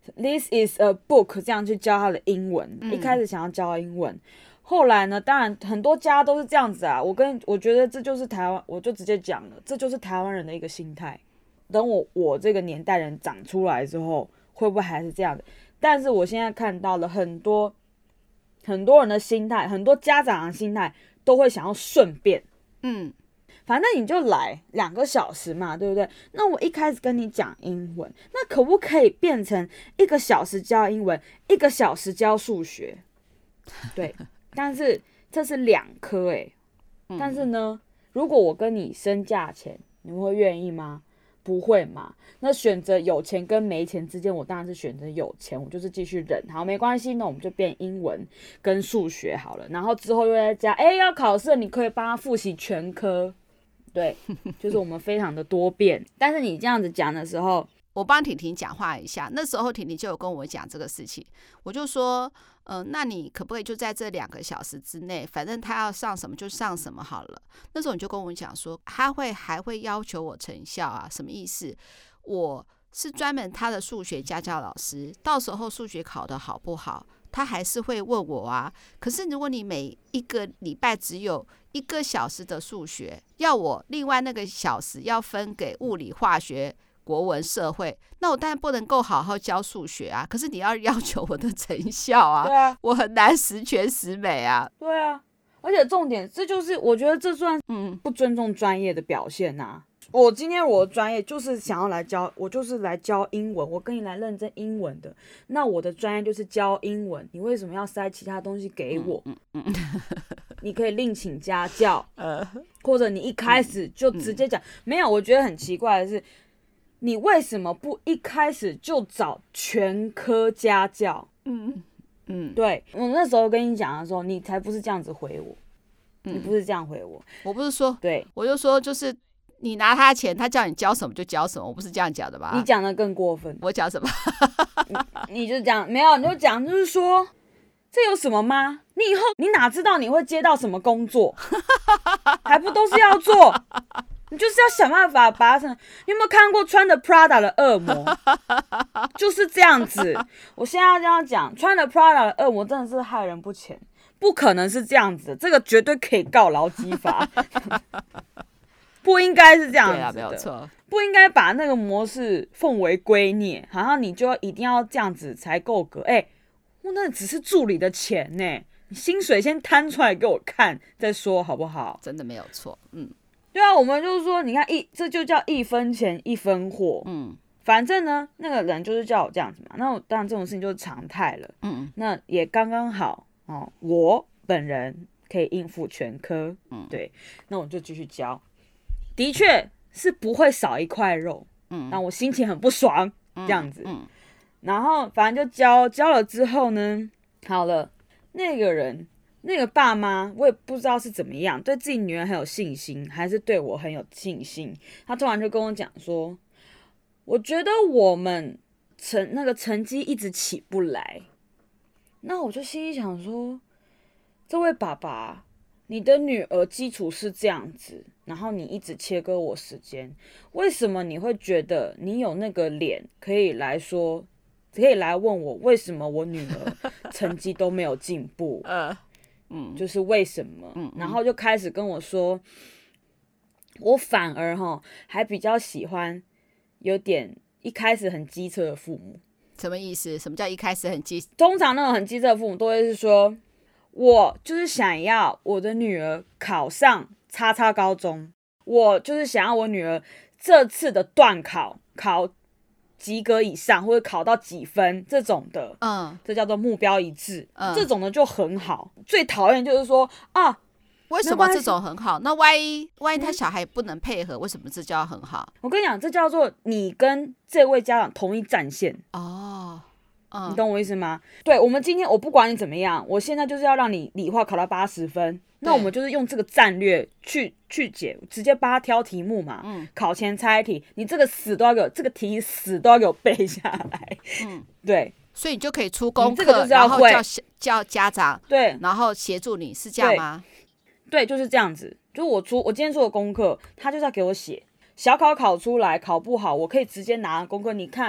This is a book 这样去教他的英文，一开始想要教英文，后来呢，当然很多家都是这样子啊。我觉得这就是台湾，我就直接讲了，这就是台湾人的一个心态。等我这个年代人长出来之后，会不会还是这样的？但是我现在看到了很多人的心态，很多家长的心态都会想要顺便，反正你就来2个小时嘛，对不对？那我一开始跟你讲英文，那可不可以变成1个小时教英文，1个小时教数学？对，但是这是2科但是呢，如果我跟你升价钱，你会愿意吗？不会嘛？那选择有钱跟没钱之间，我当然是选择有钱，我就是继续忍。好，没关系，那我们就变英文跟数学好了。然后之后又在加，要考试了，你可以帮他复习全科。对，就是我们非常的多变。但是你这样子讲的时候， 我帮婷婷讲话一下，那时候婷婷就有跟我讲这个事情，我就说，那你可不可以就在这2个小时之内，反正他要上什么就上什么好了。那时候你就跟我讲说，他还会要求我成效啊，什么意思？我是专门他的数学家教老师，到时候数学考得好不好，他还是会问我啊。可是如果你每一个礼拜只有1个小时的数学，要我另外那个小时要分给物理、化学、国文、社会，那我当然不能够好好教数学啊。可是你要求我的成效啊， 对啊， 我很难十全十美啊。 对啊，而且重点，这就是我觉得这算不尊重专业的表现啊。我今天我的专业就是想要来教，我就是来教英文，我跟你来认真英文的。那我的专业就是教英文，你为什么要塞其他东西给我？你可以另请家教，或者你一开始就直接讲。没有，我觉得很奇怪的是，你为什么不一开始就找全科家教？对，我那时候跟你讲的时候，你才不是这样子回我，你不是这样回我， 我不是说， 对， 我就说就是你拿他钱，他叫你教什么就教什么，我不是这样讲的吧？ 你讲的更过分。 我讲什么？ 你就讲没有，你就讲就是说，这有什么吗？你以后你哪知道你会接到什么工作，还不都是要做？你就是要想办法把它成。你有没有看过穿着 Prada 的恶魔？就是这样子。我现在要这样讲，穿着 Prada 的恶魔真的是害人不浅，不可能是这样子的，这个绝对可以告劳基法。不应该是这样子的， 对啊，没有错， 不应该把那个模式奉为圭臬，好像你就一定要这样子才够格。我那只是助理的钱呢，你薪水先摊出来给我看再说好不好？ 真的没有错， 对啊，我们就是说，你看这就叫1分钱1分货，反正呢，那个人就是叫我这样子嘛，那我当然这种事情就是常态了，那也刚刚好哦，我本人可以应付全科，对，那我就继续教。的确是不会少一块肉，但我心情很不爽，这样子，然后反正就教了之后呢，好了，那个爸妈，我也不知道是怎么样，对自己女儿很有信心，还是对我很有信心。他突然就跟我讲说，我觉得我们那个成绩一直起不来。那我就心里想说，这位爸爸，你的女儿基础是这样子，然后你一直切割我时间，为什么你会觉得你有那个脸可以来说，可以来问我为什么我女儿成绩都没有进步？就是为什么？然后就开始跟我说，我反而还比较喜欢有点一开始很机车的父母。 什么意思？什么叫一开始很机？ 通常那种很机车的父母都会是说，我就是想要我的女儿考上叉叉高中，我就是想要我女儿这次的段考及格以上，或者考到几分这种的，这叫做目标一致，这种的就很好。最讨厌就是说为什么这种很好？那万一他小孩不能配合，为什么这叫很好？ 我跟你讲，这叫做你跟这位家长同一战线。你懂我意思吗？对，我们今天我不管你怎么样，我现在就是要让你理化考到80分，那我们就是用这个战略去解，直接帮他挑题目嘛。考前猜题，你这个这个题死都要给我背下来。对， 所以你就可以出功课， 然后叫家长， 对， 然后协助你，是这样吗？ 对，就是这样子。就我今天做的功课，他就是要给我写。小考出来，考不好，我可以直接拿功课，你看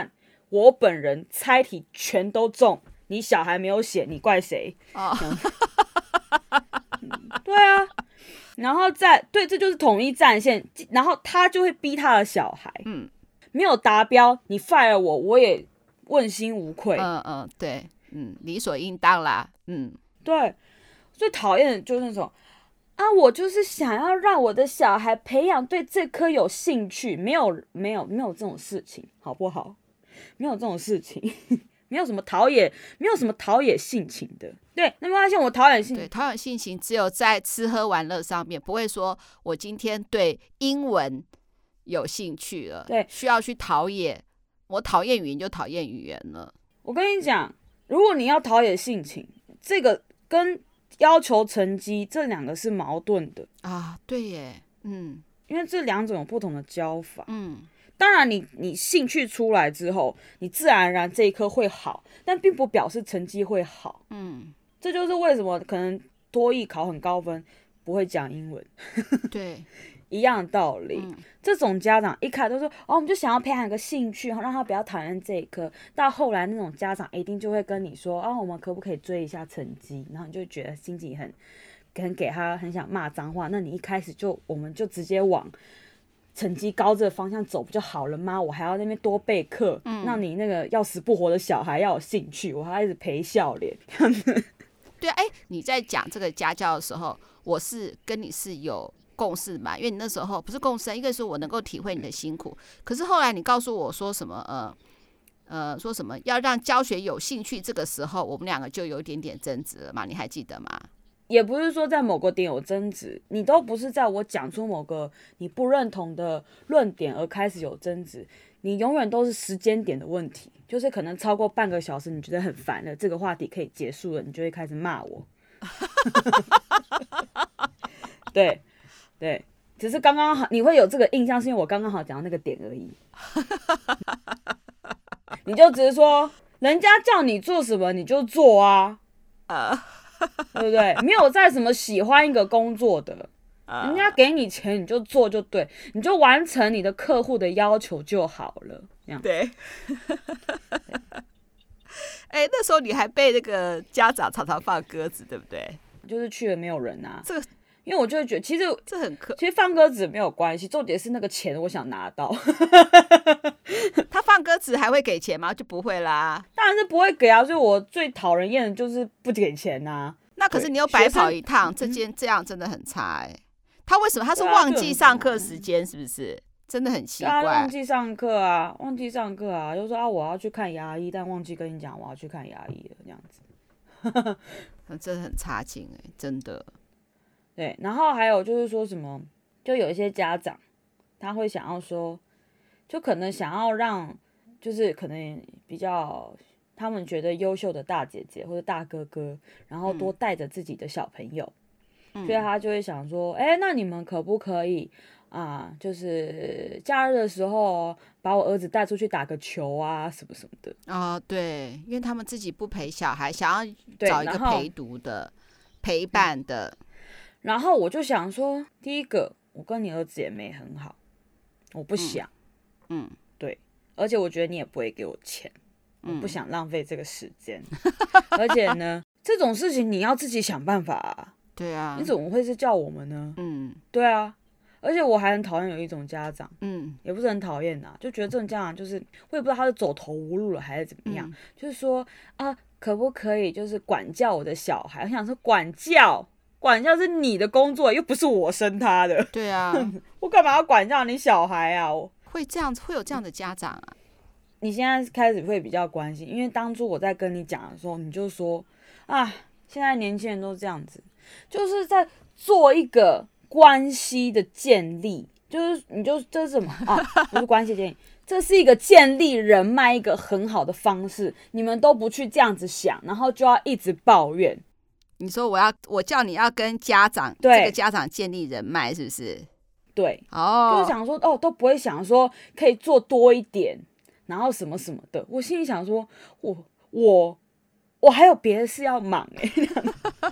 我本人猜题全都中，你小孩没有写，你怪谁？ 哦， 对啊，然后对，这就是统一战线，然后他就会逼他的小孩，没有达标，你 fire 我，我也问心无愧。 对，理所应当啦， 对，最讨厌的就是那种啊，我就是想要让我的小孩培养对这科有兴趣，没有这种事情，好不好？没有这种事情，没有什么陶冶性情的。对，那没关系，我陶冶性情。 对，陶冶性情只有在吃喝玩乐上面，不会说我今天对英文有兴趣了， 对， 需要去陶冶。我讨厌语言就讨厌语言了。 我跟你讲，如果你要陶冶性情，这个跟要求成绩这两个是矛盾的啊。对耶， 因为这两种有不同的教法。当然你兴趣出来之后，你自然而然这一科会好，但并不表示成绩会好。这就是为什么可能多益考很高分不会讲英文。 对， 一样的道理。这种家长一开始都说我们就想要培养一个兴趣，让他不要讨厌这一科。到后来那种家长一定就会跟你说我们可不可以追一下成绩？然后你就觉得心情很给他很想骂脏话。那你一开始我们就直接往成绩高这个方向走不就好了吗？我还要那边多备课，让你那个要死不活的小孩要有兴趣，我还要一直陪笑脸。 对，你在讲这个家教的时候，我是跟你是有共识嘛？因为你那时候不是共识，一个是我能够体会你的辛苦，可是后来你告诉我说什么说什么要让教学有兴趣，这个时候我们两个就有一点点争执了嘛？你还记得吗？ 也不是说在某个点有争执，你都不是在我讲出某个你不认同的论点而开始有争执，你永远都是时间点的问题，就是可能超过半个小时，你觉得很烦了，这个话题可以结束了，你就会开始骂我。对，只是刚刚好你会有这个印象，是因为我刚刚好讲到那个点而已。你就只是说人家叫你做什么你就做啊，对不对？没有在什么喜欢一个工作的，人家给你钱你就做就对，你就完成你的客户的要求就好了。这样对。那时候你还被那个家长常常放鸽子，对不对？ 就是去了没有人啊。 这个， 因为我就会觉得，其实这很其实放鸽子没有关系，重点是那个钱我想拿到。 他放鸽子还会给钱吗？就不会啦。 当然是不会给啊，所以我最讨人厌的就是不给钱啊。 那可是你又白跑一趟，这样真的很差他为什么？他是忘记上课时间，是不是？真的很奇怪。 忘记上课啊，就说我要去看牙医，但忘记跟你讲我要去看牙医了，这样子。 真的很差劲真的。 对，然后还有就是说什么，就有一些家长他会想要说，就可能想要让，就是可能比较他们觉得优秀的大姐姐或者大哥哥，然后多带着自己的小朋友，所以他就会想说，那你们可不可以就是假日的时候把我儿子带出去打个球啊，什么什么的。 对，因为他们自己不陪小孩，想要找一个陪读的、陪伴的。 然后我就想说，第一个，我跟你儿子也没很好，我不想，对，而且我觉得你也不会给我钱，我不想浪费这个时间，而且呢，这种事情你要自己想办法啊。 对啊， 你怎么会是叫我们呢？对啊，而且我还很讨厌有一种家长，也不是很讨厌就觉得这种家长就是，我也不知道他是走投无路了还是怎么样，就是说可不可以就是管教我的小孩？我想说管教是你的工作，又不是我生他的。 对啊， 我干嘛要管教你小孩啊？ 会有这样的家长啊？ 你现在开始会比较关心，因为当初我在跟你讲的时候，你就说现在年轻人都这样子，就是在做一个关系的建立，就是这是什么不是关系建立，这是一个建立人脉一个很好的方式，你们都不去这样子想，然后就要一直抱怨。 你说我叫你要跟家长这个家长建立人脉，是不是？ 对，就是想说都不会想说可以做多一点，然后什么什么的。我心里想说，我还有别的事要忙这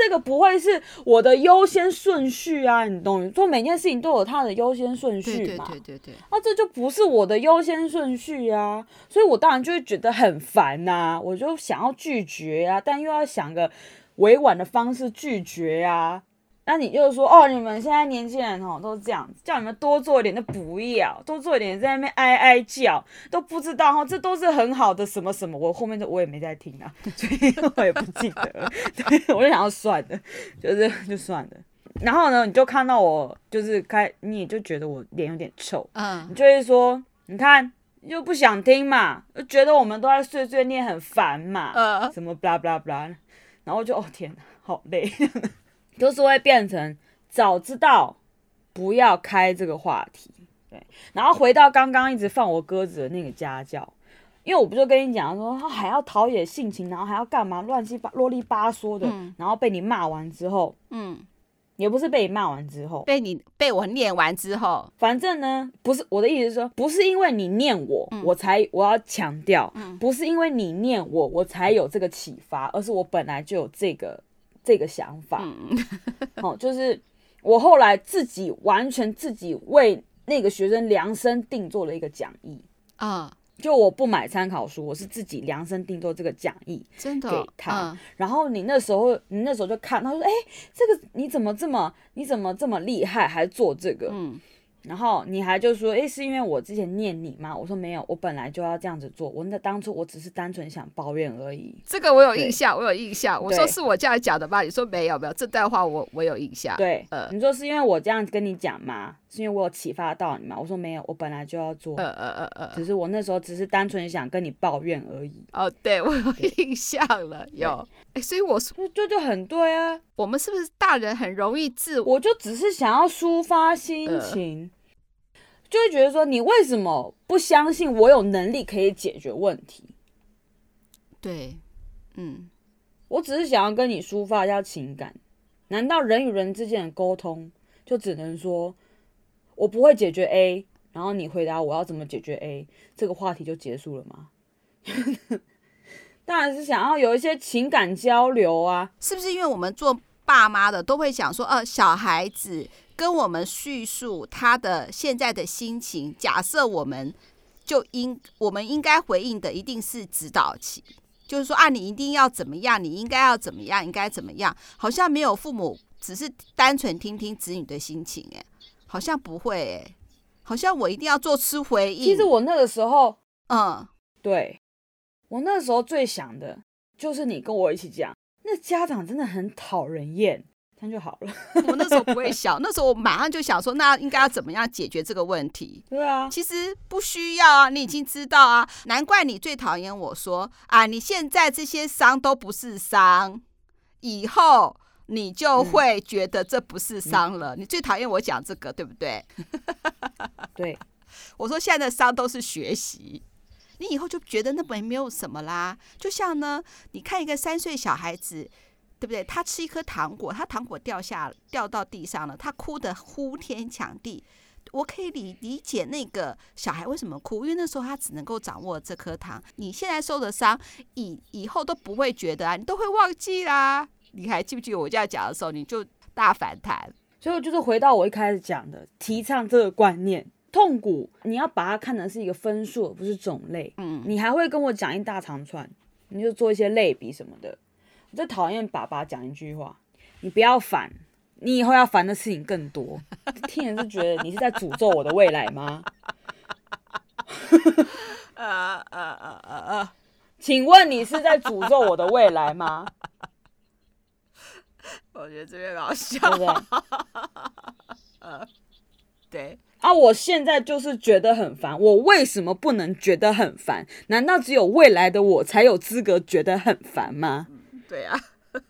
这个不会是我的优先顺序啊，你懂？说每件事情都有它的优先顺序嘛， 对， 这就不是我的优先顺序啊，所以我当然就会觉得很烦啊，我就想要拒绝啊，但又要想个委婉的方式拒绝啊。那你就是说，你们现在年轻人都这样子，叫你们多做一点就不要，多做一点在那边哀哀叫，都不知道这都是很好的什么什么。我后面我也没在听啊，所以我也不记得了。对，我就想要算了，就算了。然后呢，你就看到我就是你也就觉得我脸有点臭，你就会说，你看又不想听嘛，就觉得我们都在碎碎念很烦嘛，什么 blah blah blah， 然后就天哪，好累。就是会变成早知道不要开这个话题，对。然后回到刚刚一直放我鸽子的那个家教，因为我不就跟你讲说他还要陶冶性情，然后还要干嘛乱七八啰里吧嗦的，然后被你骂完之后，也不是被你骂完之后， 被我念完之后， 反正呢，不是我的意思是说，不是因为你念我，我要强调，不是因为你念我才有这个启发，而是我本来就有这个想法，就是我后来完全自己为那个学生量身定做了一个讲义就我不买参考书，我是自己量身定做这个讲义， 真的给他。然后你那时候就看，他说：“这个你怎么这么厉害，还做这个？”然后你还就说，是因为我之前念你吗？我说没有，我本来就要这样子做。当初我只是单纯想抱怨而已。 这个我有印象。我说是我这样讲的吧？你说没有，这段话我有印象。 对，你说是因为我这样跟你讲吗？是因为我有启发到你吗？我说没有，我本来就要做。只是我那时候只是单纯想跟你抱怨而已。 对，我有印象了，有。所以我说就很对啊。 我们是不是大人很容易我就只是想要抒发心情。就会觉得说，你为什么不相信我有能力可以解决问题？ 对， 我只是想要跟你抒发一下情感。难道人与人之间的沟通就只能说我不会解决 A， 然后你回答我要怎么解决 A， 这个话题就结束了吗？当然是想要有一些情感交流啊。 是不是因为我们做爸妈的都会想说，小孩子跟我们叙述他的现在的心情，假设我们应该回应的一定是指导期，就是说你一定要怎么样，你应该要怎么样，应该怎么样，好像没有父母只是单纯听听子女的心情，好像不会，好像我一定要做出回应。 其实我那个时候，对，我那时候最想的就是你跟我一起讲，那家长真的很讨人厌。这样就好了。 我那时候不会想，那时候我马上就想说，那应该要怎么样解决这个问题？ 对啊， 其实不需要啊，你已经知道啊。难怪你最讨厌我说你现在这些伤都不是伤，以后你就会觉得这不是伤了。你最讨厌我讲这个，对不对？ 对， 我说现在的伤都是学习。你以后就觉得那没有什么啦。就像呢，你看一个3岁小孩子，对不对？他吃一颗糖果，他糖果掉到地上了，他哭得呼天抢地。我可以理解那个小孩为什么哭，因为那时候他只能够掌握这颗糖。你现在受的伤，以后都不会觉得你都会忘记啦。你还记不记得我这样讲的时候，你就大反弹？ 所以就是回到我一开始讲的，提倡这个观念。痛苦你要把它看成是一个分数，而不是种类。你还会跟我讲一大长串，你就做一些类比什么的。我最讨厌爸爸讲一句话：你不要烦，你以后要烦的事情更多。听人是觉得你是在诅咒我的未来吗？请问你是在诅咒我的未来吗？ 我觉得这边好笑， 对不对？ 对啊，我现在就是觉得很烦，我为什么不能觉得很烦？难道只有未来的我才有资格觉得很烦吗？ 对啊。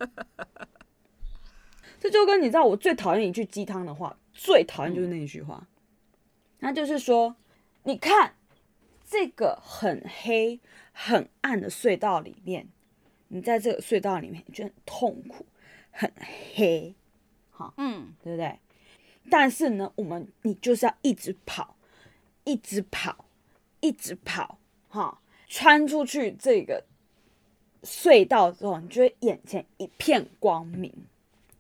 这就跟你知道我最讨厌一句鸡汤的话，最讨厌就是那一句话，那就是说，你看这个很黑很暗的隧道里面，你在这个隧道里面你就很痛苦，很黑，对不对？但是呢，你就是要一直跑，一直跑，一直跑，穿出去这个隧道之后，你就会眼前一片光明。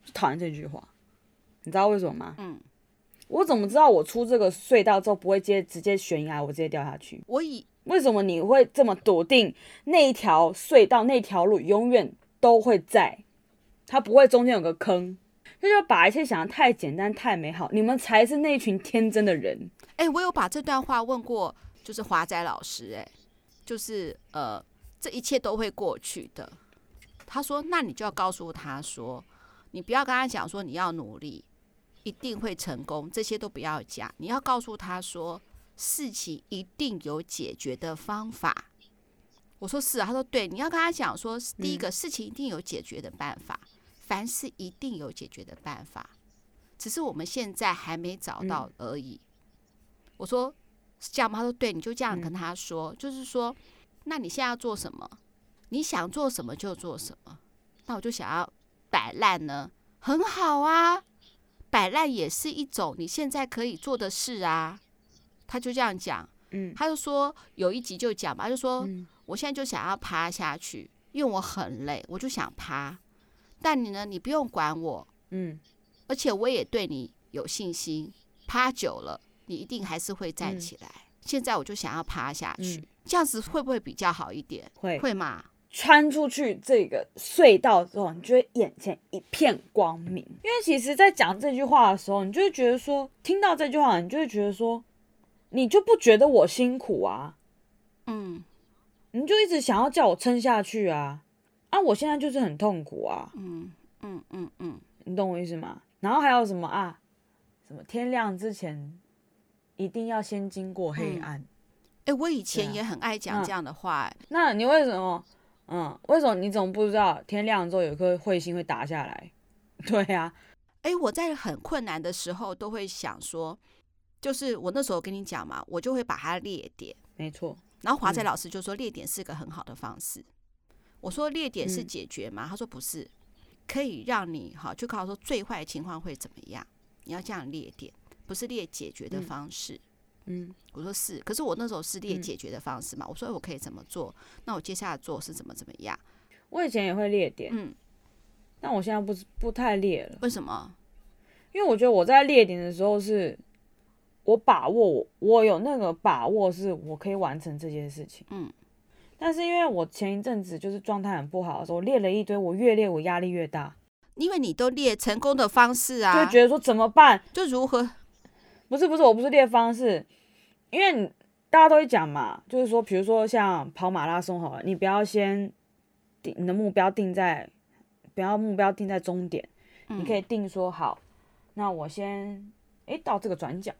讨厌这句话。你知道为什么吗？我怎么知道我出这个隧道之后不会直接悬崖，我直接掉下去？为什么你会这么笃定那一条隧道那条路永远都会在，它不会中间有个坑？就把一切想得太简单太美好，你们才是那群天真的人。 我有把这段话问过，就是华仔老师，就是这一切都会过去的。他说，那你就要告诉他说，你不要跟他讲说你要努力，一定会成功，这些都不要讲。你要告诉他说，事情一定有解决的方法。我说是啊，他说对，你要跟他讲说，第一个事情一定有解决的办法，凡事一定有解决的办法，只是我们现在还没找到而已。我说是这样吗？他说对，你就这样跟他说，就是说，那你现在要做什么？你想做什么就做什么。那我就想要摆烂呢，很好啊，摆烂也是一种你现在可以做的事啊。他就这样讲，他就说有一集就讲吧，他就说，我现在就想要趴下去，因为我很累，我就想趴。但你呢，你不用管我，而且我也对你有信心，趴久了你一定还是会站起来。现在我就想要趴下去，这样子会不会比较好一点？会吗？ 穿出去这个隧道之后，你就会眼前一片光明。因为其实在讲这句话的时候，你就会觉得说，听到这句话，你就会觉得说，你就不觉得我辛苦啊？你就一直想要叫我撑下去啊？我现在就是很痛苦啊。你懂我意思吗？然后还有什么啊？什么天亮之前一定要先经过黑暗。 我以前也很爱讲这样的话。 那你为什么？为什么你怎么不知道天亮之后有一颗彗星会打下来？对啊。 我在很困难的时候都会想说，就是我那时候跟你讲嘛，我就会把它列点。 没错。 然后华仔老师就说列点是个很好的方式。我说列点是解决吗？他说不是，可以让你就告诉说最坏的情况会怎么样，你要这样列点，不是列解决的方式。我说是，可是我那时候是列解决的方式嘛。我说我可以怎么做，那我接下来做是怎么样。 我以前也会列点，但我现在不太列了。 为什么？ 因为我觉得我在列点的时候是我把握我有那个把握是我可以完成这件事情。但是因为我前一阵子就是状态很不好的时候，我列了一堆，我越列我压力越大。 因为你都列成功的方式啊， 就觉得说怎么办？ 就如何？ 不是，我不是列方式，因为大家都会讲嘛，就是说，比如说像跑马拉松好了，你不要先你的目标定在，不要目标定在终点，你可以定说好，那我先到这个转角，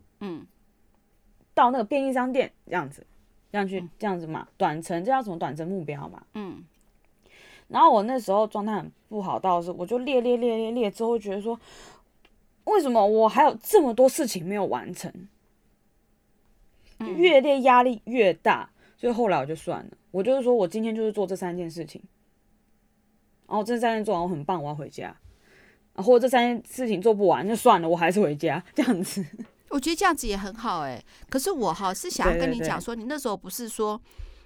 到那个便利商店这样子，这样子嘛，短程，这叫什么短程目标嘛，然后我那时候状态很不好，到时候我就列之后，觉得说，为什么我还有这么多事情没有完成？越列压力越大，所以后来我就算了，我就是说我今天就是做这3件事情，然后这3件做完我很棒，我要回家，或者这3件事情做不完就算了，我还是回家这样子。 我觉得这样子也很好可是我是想要跟你讲说，你那时候不是说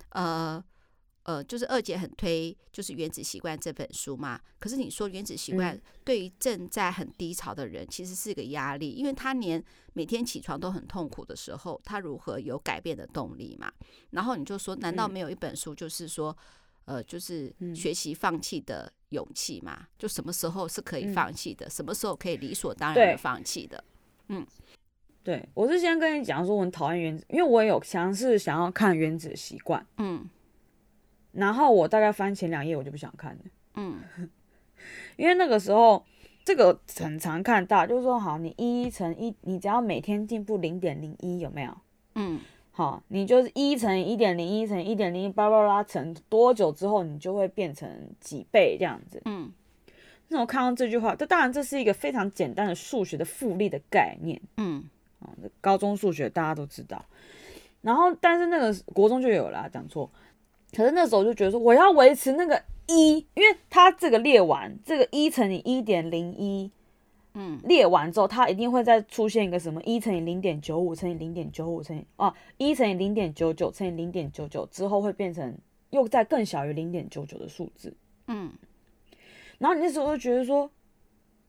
就是二姐很推就是《原子习惯》这本书嘛，可是你说《原子习惯》对于正在很低潮的人其实是个压力，因为他连每天起床都很痛苦的时候，他如何有改变的动力嘛？然后你就说，难道没有一本书就是说就是学习放弃的勇气嘛？就什么时候是可以放弃的，什么时候可以理所当然的放弃的。 对，我是先跟你讲说我很讨厌原子，因为我也有想要看《原子习惯》，然后我大概翻前2页我就不想看了，因为那个时候这个很常看到，就是说好，你1乘1，你只要每天进步0.01，有没有？好，你就是1乘 1.01 乘 1.01，巴拉巴拉乘多久之后，你就会变成几倍这样子。那我看到这句话，当然这是一个非常简单的数学的复利的概念，高中数学大家都知道。然后，但是那个国中就有了，讲错。可是那时候就觉得说，我要维持那个1，因为它这个列完，这个1乘以 1.01，列完之后，它一定会再出现一个什么1乘以 0.95 乘以 0.95 乘以1乘以 0.99 乘以 0.99之后会变成又再更小于 0.99 的数字。然后你那时候就觉得说，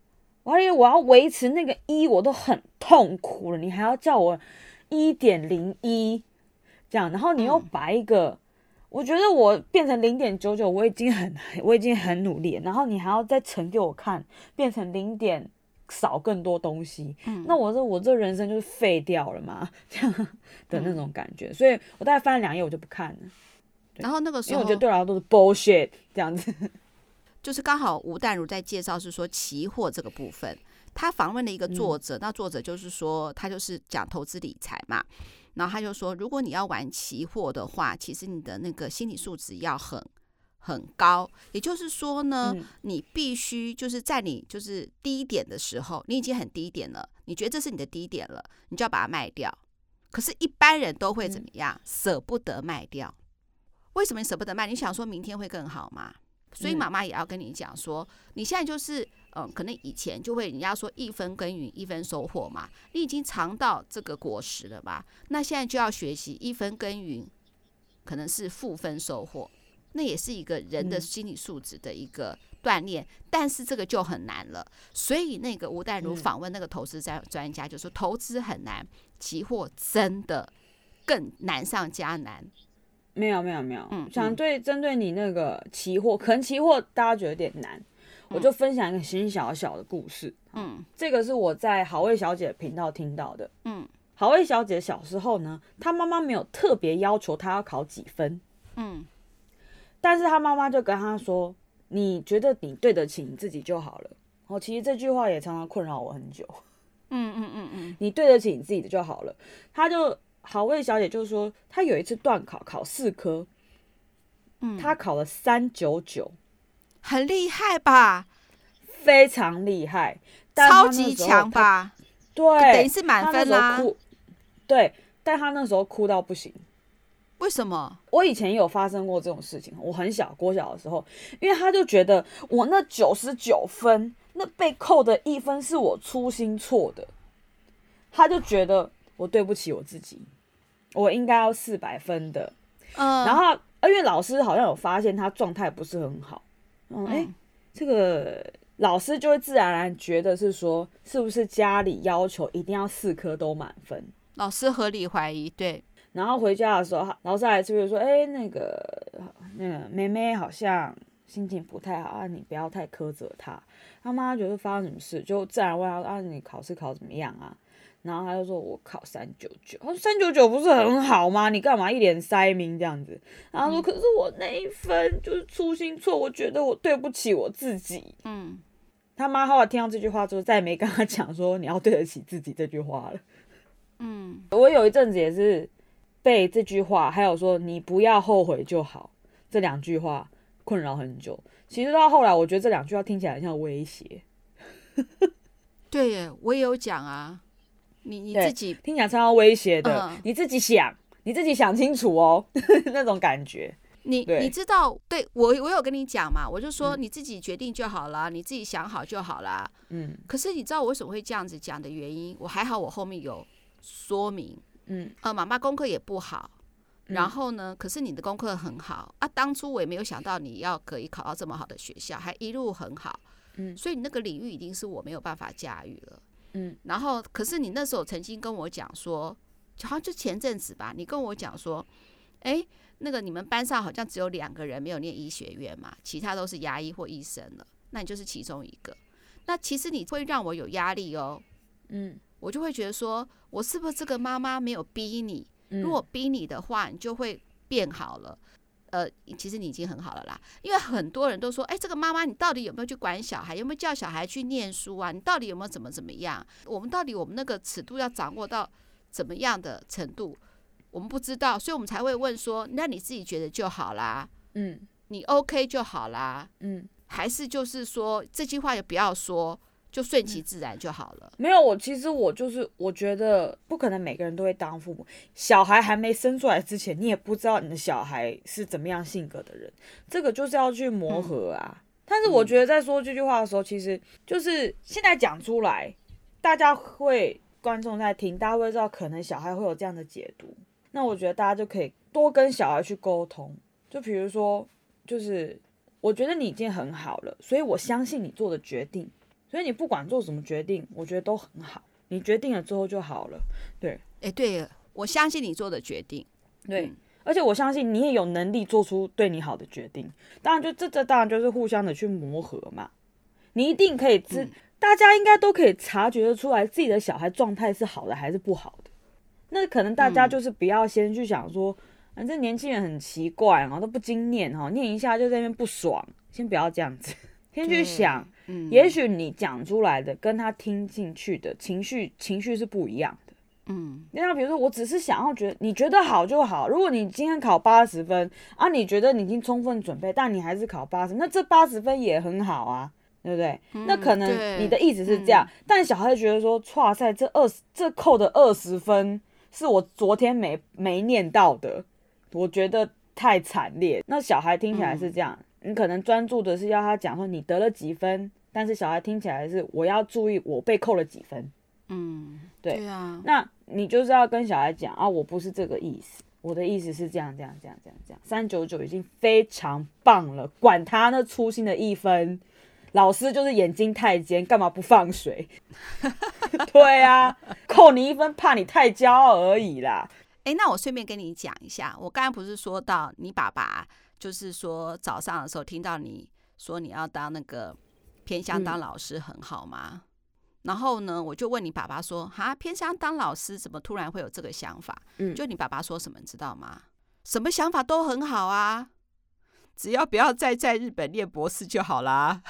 我要维持那个我都很痛苦了，你还要叫我1.01这样，然后你又把一个，我觉得我变成0.99，我已经很努力了，然后你还要再乘给我看，变成0. 少更多东西，那我这人生就是废掉了嘛，这样的那种感觉，所以我大概翻了2页我就不看了。 然后那个时候， 因为我觉得对我来说都是 bullshit 这样子。 就是刚好吴淡如在介绍是说期货这个部分，他访问了一个作者，那作者就是说他就是讲投资理财嘛，然后他就说，如果你要玩期货的话，其实你的那个心理素质要很高，也就是说呢，你必须就是在你就是低点的时候，你已经很低点了，你觉得这是你的低点了，你就要把它卖掉。可是，一般人都会怎么样？舍不得卖掉。为什么你舍不得卖？你想说明天会更好吗？所以妈妈也要跟你讲说，你现在就是可能以前就会人家说1分耕耘1分收获嘛，你已经尝到这个果实了嘛，那现在就要学习1分耕耘可能是负分收获，那也是一个人的心理素质的一个锻炼，但是这个就很难了。所以那个吴淡如访问那个投资专家就说，投资很难，期货真的更难上加难。 没有，针对你那个期货，可能期货大家觉得有点难，我就分享一个小小的故事。这个是我在好味小姐频道听到的。好味小姐小时候呢，她妈妈没有特别要求她要考几分。但是她妈妈就跟她说：“你觉得你对得起你自己就好了。”其实这句话也常常困扰我很久。你对得起你自己的就好了。好味小姐就说，她有一次段考4科，她考了399， 很厉害吧？ 非常厉害， 超级强吧？ 对， 等于是满分啦。 对，但她那时候哭到不行。 为什么？ 我以前也有发生过这种事情。我很小，国小的时候，因为她就觉得我那99分，那被扣的1分是我粗心错的，她就觉得我对不起我自己，我应该要400分的。然后因为老师好像有发现他状态不是很好，这个老师就会自然而然觉得是说，是不是家里要求一定要4科都满分？ 老师合理怀疑，对。 然后回家的时候，老师还是会说，那个妹妹好像心情不太好啊，你不要太苛责她。他妈觉得发生什么事，就自然问他啊，你考试考怎么样啊？然后他就说我考399，他说399不是很好吗？你干嘛一脸塞明这样子？然后他说可是我那1分就是粗心错，我觉得我对不起我自己。他妈后来听到这句话之后，再也没跟他讲说你要对得起自己这句话了。我有一阵子也是被这句话，还有说你不要后悔就好这2句话困扰很久。其实到后来，我觉得这2句话听起来很像威胁。 对耶，我也有讲啊。你自己听起来超像威胁的，你自己想清楚哦，那种感觉。 你知道，对我有跟你讲嘛，我就说你自己决定就好了，你自己想好就好了。可是你知道我为什么会这样子讲的原因？我还好，我后面有说明。妈妈功课也不好，然后呢，可是你的功课很好啊。当初我也没有想到你要可以考到这么好的学校，还一路很好。所以你那个领域已经是我没有办法驾驭了。然后可是你那时候曾经跟我讲说，好像就前阵子吧，你跟我讲说，那个你们班上好像只有2个人没有念医学院嘛，其他都是牙医或医生了，那你就是其中一个。那其实你会让我有压力哦。我就会觉得说，我是不是这个妈妈没有逼你？如果逼你的话，你就会变好了。其实你已经很好了啦，因为很多人都说，这个妈妈你到底有没有去管小孩，有没有叫小孩去念书啊？你到底有没有怎么样？我们那个尺度要掌握到怎么样的程度，我们不知道，所以我们才会问说，那你自己觉得就好啦，你 OK 就好啦，还是就是说这句话也不要说，就顺其自然就好了。 没有，其实我觉得不可能每个人都会当父母。小孩还没生出来之前，你也不知道你的小孩是怎么样性格的人，这个就是要去磨合啊。但是我觉得在说这句话的时候，其实就是现在讲出来，观众在听，大家会知道可能小孩会有这样的解读。那我觉得大家就可以多跟小孩去沟通，就比如说，就是我觉得你已经很好了，所以我相信你做的决定。 所以你不管做什么决定，我觉得都很好，你决定了之后就好了。对， 对，我相信你做的决定。 对，而且我相信你也有能力做出对你好的决定。当然这当然就是互相的去磨合嘛。你一定可以大家应该都可以察觉得出来自己的小孩状态是好的还是不好的。那可能大家就是不要先去想说，这年轻人很奇怪都不经念念一下就在那边不爽，先不要这样子，先去想，也许你讲出来的跟他听进去的情绪是不一样的。那比如说我只是想要你觉得好就好，如果你今天考80分啊，你觉得你已经充分准备，但你还是考80，那这80分也很好啊，对不对？那可能你的意思是这样，但小孩觉得说，哇塞，这扣的20分是我昨天没念到的，我觉得太惨烈。那小孩听起来是这样，你可能专注的是要他讲说你得了几分，但是小孩听起来是我要注意我被扣了几分。对啊，那你就是要跟小孩讲啊，我不是这个意思，我的意思是这样，399已经非常棒了，管他那粗心的1分，老师就是眼睛太尖，干嘛不放水？对啊，扣你1分，怕你太骄傲而已啦。 那我顺便跟你讲一下，我刚才不是说到你爸爸，就是说早上的时候听到你说你要当那个偏乡当老师很好吗？然后呢，我就问你爸爸说，偏乡当老师怎么突然会有这个想法？就你爸爸说什么，你知道吗？什么想法都很好啊，只要不要再在日本念博士就好啦。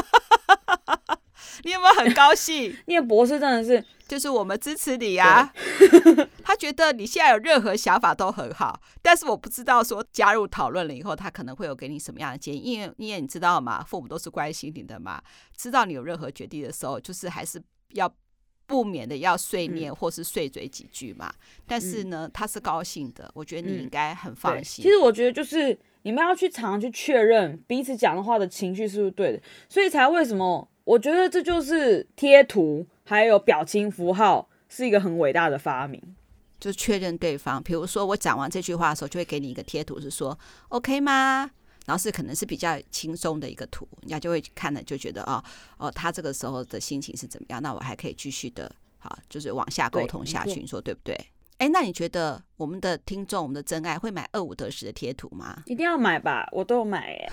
你有没有很高兴？ 念博士真的是， 就是我们支持你啊。他觉得你现在有任何想法都很好，但是我不知道说加入讨论了以后，他可能会有给你什么样的建议，因为你知道嘛，父母都是关心你的嘛，知道你有任何决定的时候，就是还是要不免的要碎念或是碎嘴几句嘛。但是呢，他是高兴的，我觉得你应该很放心。 其实我觉得就是你们要去常常去确认彼此讲的话的情绪是不是对的，所以才为什么我觉得这就是贴图还有表情符号是一个很伟大的发明， 就是确认对方。比如说我讲完这句话的时候，就会给你一个贴图，是说 OK 吗？然后是可能是比较轻松的一个图，人家就会看了就觉得他这个时候的心情是怎么样，那我还可以继续的就是往下沟通下去，你说对不对？那你觉得我们的听众，我们的真爱会买25得10的贴图吗？ 一定要买吧，我都有买耶。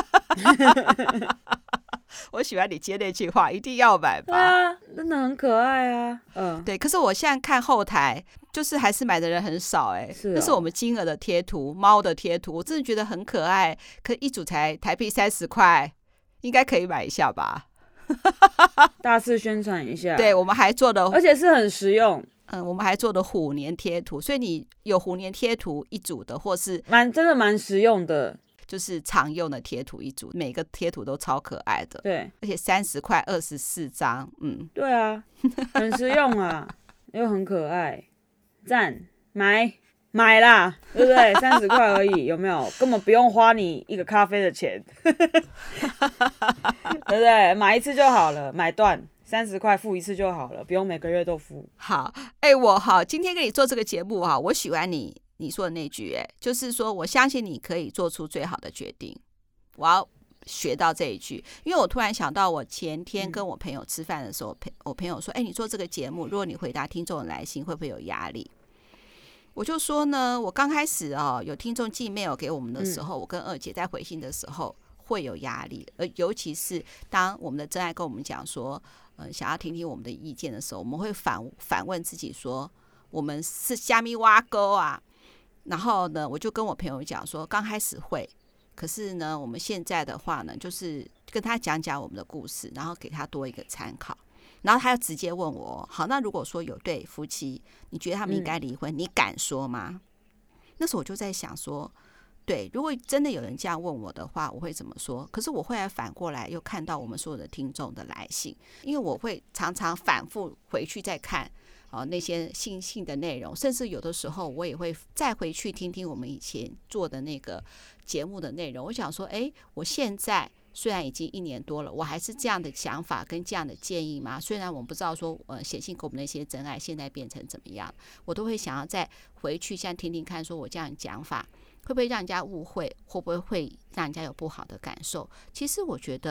我喜欢你接那句话，一定要买吧。 啊，真的很可爱啊。 对。可是我现在看后台，就是还是买的人很少是那是我们金额的贴图，猫的贴图，我真的觉得很可爱。可一组才台币30块，应该可以买一下吧？ 大肆宣传一下。 对，我们还做的， 而且是很实用。 我们还做的虎年贴图，所以你有虎年贴图一组的，或是真的蛮实用的。 就是常用的贴图一组，每个贴图都超可爱的。 对， 而且30块24张， 对啊，很实用啊，又很可爱，赞，买啦，对不对？30块而已，有没有？根本不用花你一个咖啡的钱，对不对？买一次就好了，买断30块付一次就好了，不用每个月都付。 好，今天跟你做这个节目我喜欢你说的那句，就是说我相信你可以做出最好的决定。我要学到这一句，因为我突然想到，我前天跟我朋友吃饭的时候，我朋友说：“你做这个节目，如果你回答听众的来信，会不会有压力？”我就说呢，我刚开始有听众寄 mail 给我们的时候，我跟二姐在回信的时候会有压力，尤其是当我们的真爱跟我们讲说，想要听听我们的意见的时候，我们会反问自己说，我们是虾米挖沟啊？然后呢，我就跟我朋友讲说，刚开始会，可是呢，我们现在的话呢，就是跟他讲我们的故事，然后给他多一个参考。然后他就直接问我，好，那如果说有对夫妻，你觉得他们应该离婚，你敢说吗？那时候我就在想说，对，如果真的有人这样问我的话，我会怎么说？可是我会反过来又看到我们所有的听众的来信，因为我会常常反复回去再看那些信的内容，甚至有的时候我也会再回去听听我们以前做的那个节目的内容。我想说，我现在虽然已经1年多了，我还是这样的想法跟这样的建议吗？虽然我们不知道说写信给我们那些真爱现在变成怎么样，我都会想要再回去像听听看，说我这样讲法会不会让人家误会，会不会让人家有不好的感受。其实我觉得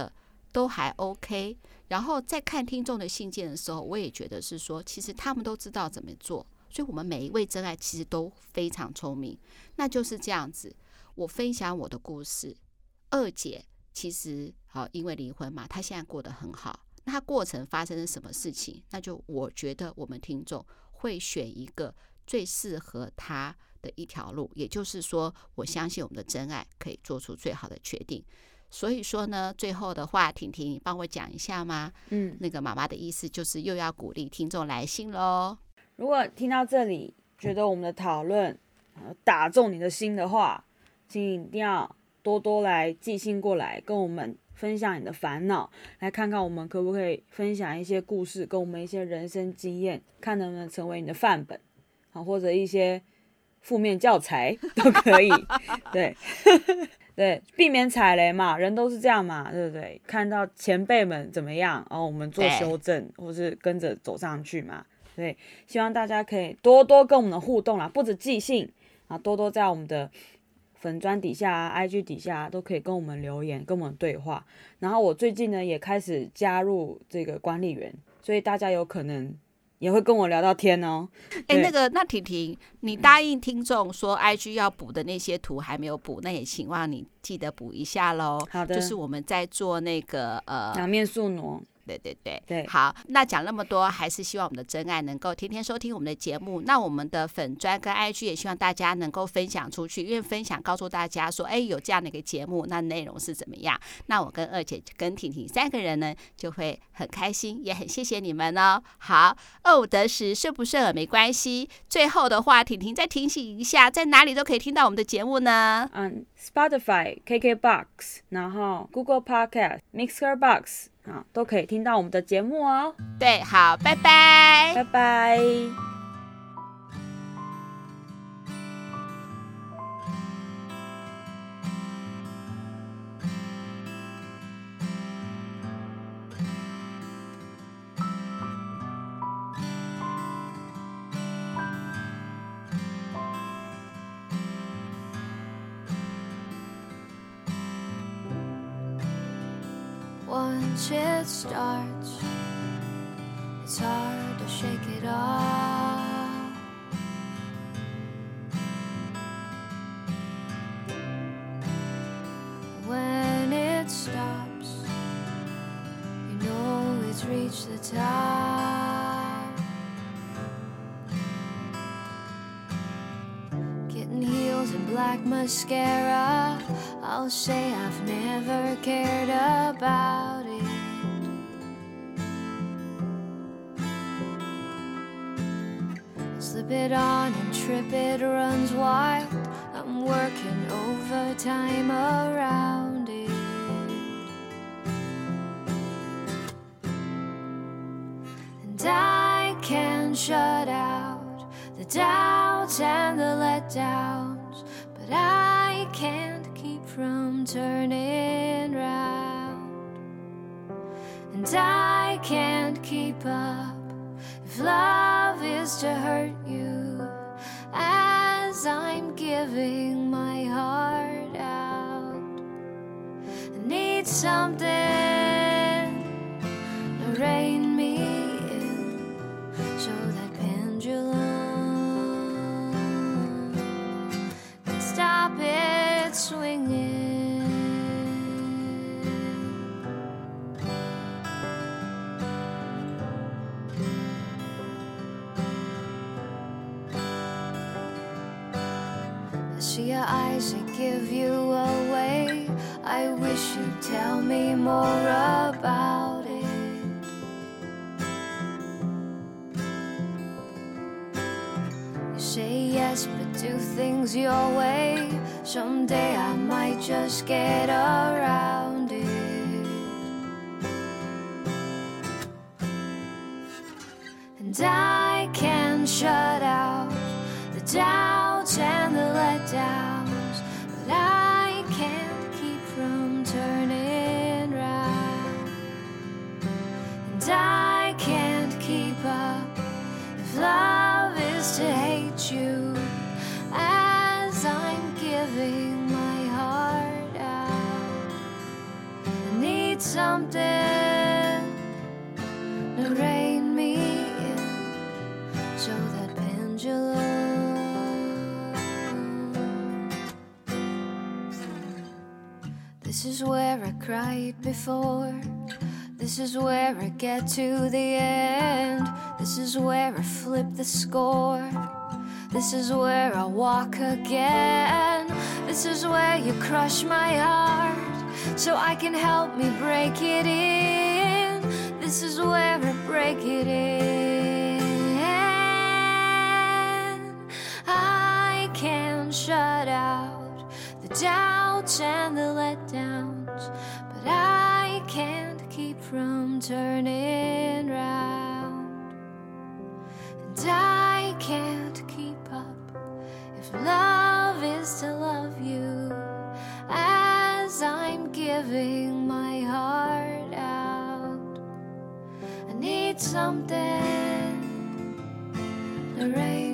都还 OK。然后在看听众的信件的时候，我也觉得是说，其实他们都知道怎么做，所以我们每一位真爱其实都非常聪明。那就是这样子，我分享我的故事。二姐其实因为离婚嘛，她现在过得很好。那她过程发生了什么事情？那就我觉得我们听众会选一个最适合她的一条路，也就是说，我相信我们的真爱可以做出最好的决定。所以说呢，最后的话，婷婷，你帮我讲一下吗？那个妈妈的意思就是又要鼓励听众来信咯。 如果听到这里，觉得我们的讨论打中你的心的话，请一定要多多来寄信过来，跟我们分享你的烦恼，来看看我们可不可以分享一些故事，跟我们一些人生经验，看能不能成为你的范本，或者一些负面教材都可以。对对，避免踩雷嘛，人都是这样嘛，对不对？看到前辈们怎么样，我们做修正，或是跟着走上去嘛。对，希望大家可以多多跟我们的互动啦，不止寄信啊，多多在我们的粉专底下IG 底下都可以跟我们留言，跟我们对话。然后我最近呢也开始加入这个管理员，所以大家有可能也会跟我聊到天哦。 那婷婷，你答应听众说 IG 要补的那些图还没有补，那也请望你记得补一下咯。 好的， 就是我们在做那个两面宿傩。 对，好，那讲那么多，还是希望我们的真爱能够天天收听我们的节目。那我们的粉专跟 IG 也希望大家能够分享出去，因为分享告诉大家说，有这样的一个节目，那内容是怎么样。那我跟二姐跟婷婷3个人呢，就会很开心，也很谢谢你们哦。好，25得10，顺不顺耳没关系。最后的话，婷婷再提醒一下，在哪里都可以听到我们的节目呢 ？Spotify、KKBox， 然后 Google Podcast、Mixer Box。都可以听到我们的节目哦。 对，好，拜拜， 拜拜。 Once it starts, it's hard to shake it off. When it stops, you know it's reached the top. Getting heels and black mascara, I'll say I've never cared about it. Slip it on and trip, it runs wild. I'm working overtime around it. And I can't shut out the doubts and the letdowns, but I can't keep from turning round. And I can't keep up if love is to hurt you, as I'm giving my heart out. I need something to rein me in, so that pendulum can stop it swinging. I see your eyes, they give you away. I wish you'd tell me more about it. You say yes, but do things your way. Someday I might just get around it. And I can't shut out the doubts and the letdowns, but I can't keep from turning round. And I can't keep up if love is to hate you, as I'm giving my heart out. I need some something to rein me in. So that pendulum. This is where I cried before. This is where I get to the end. This is where I flip the score. This is where I walk again. This is where you crush my heart so I can help me break it in. This is where I break it in. I can shut out the doubts and the letdowns, but I can't keep from turning round. And I can't keep up if love is to love you as I'm giving my heart out. I need something to raise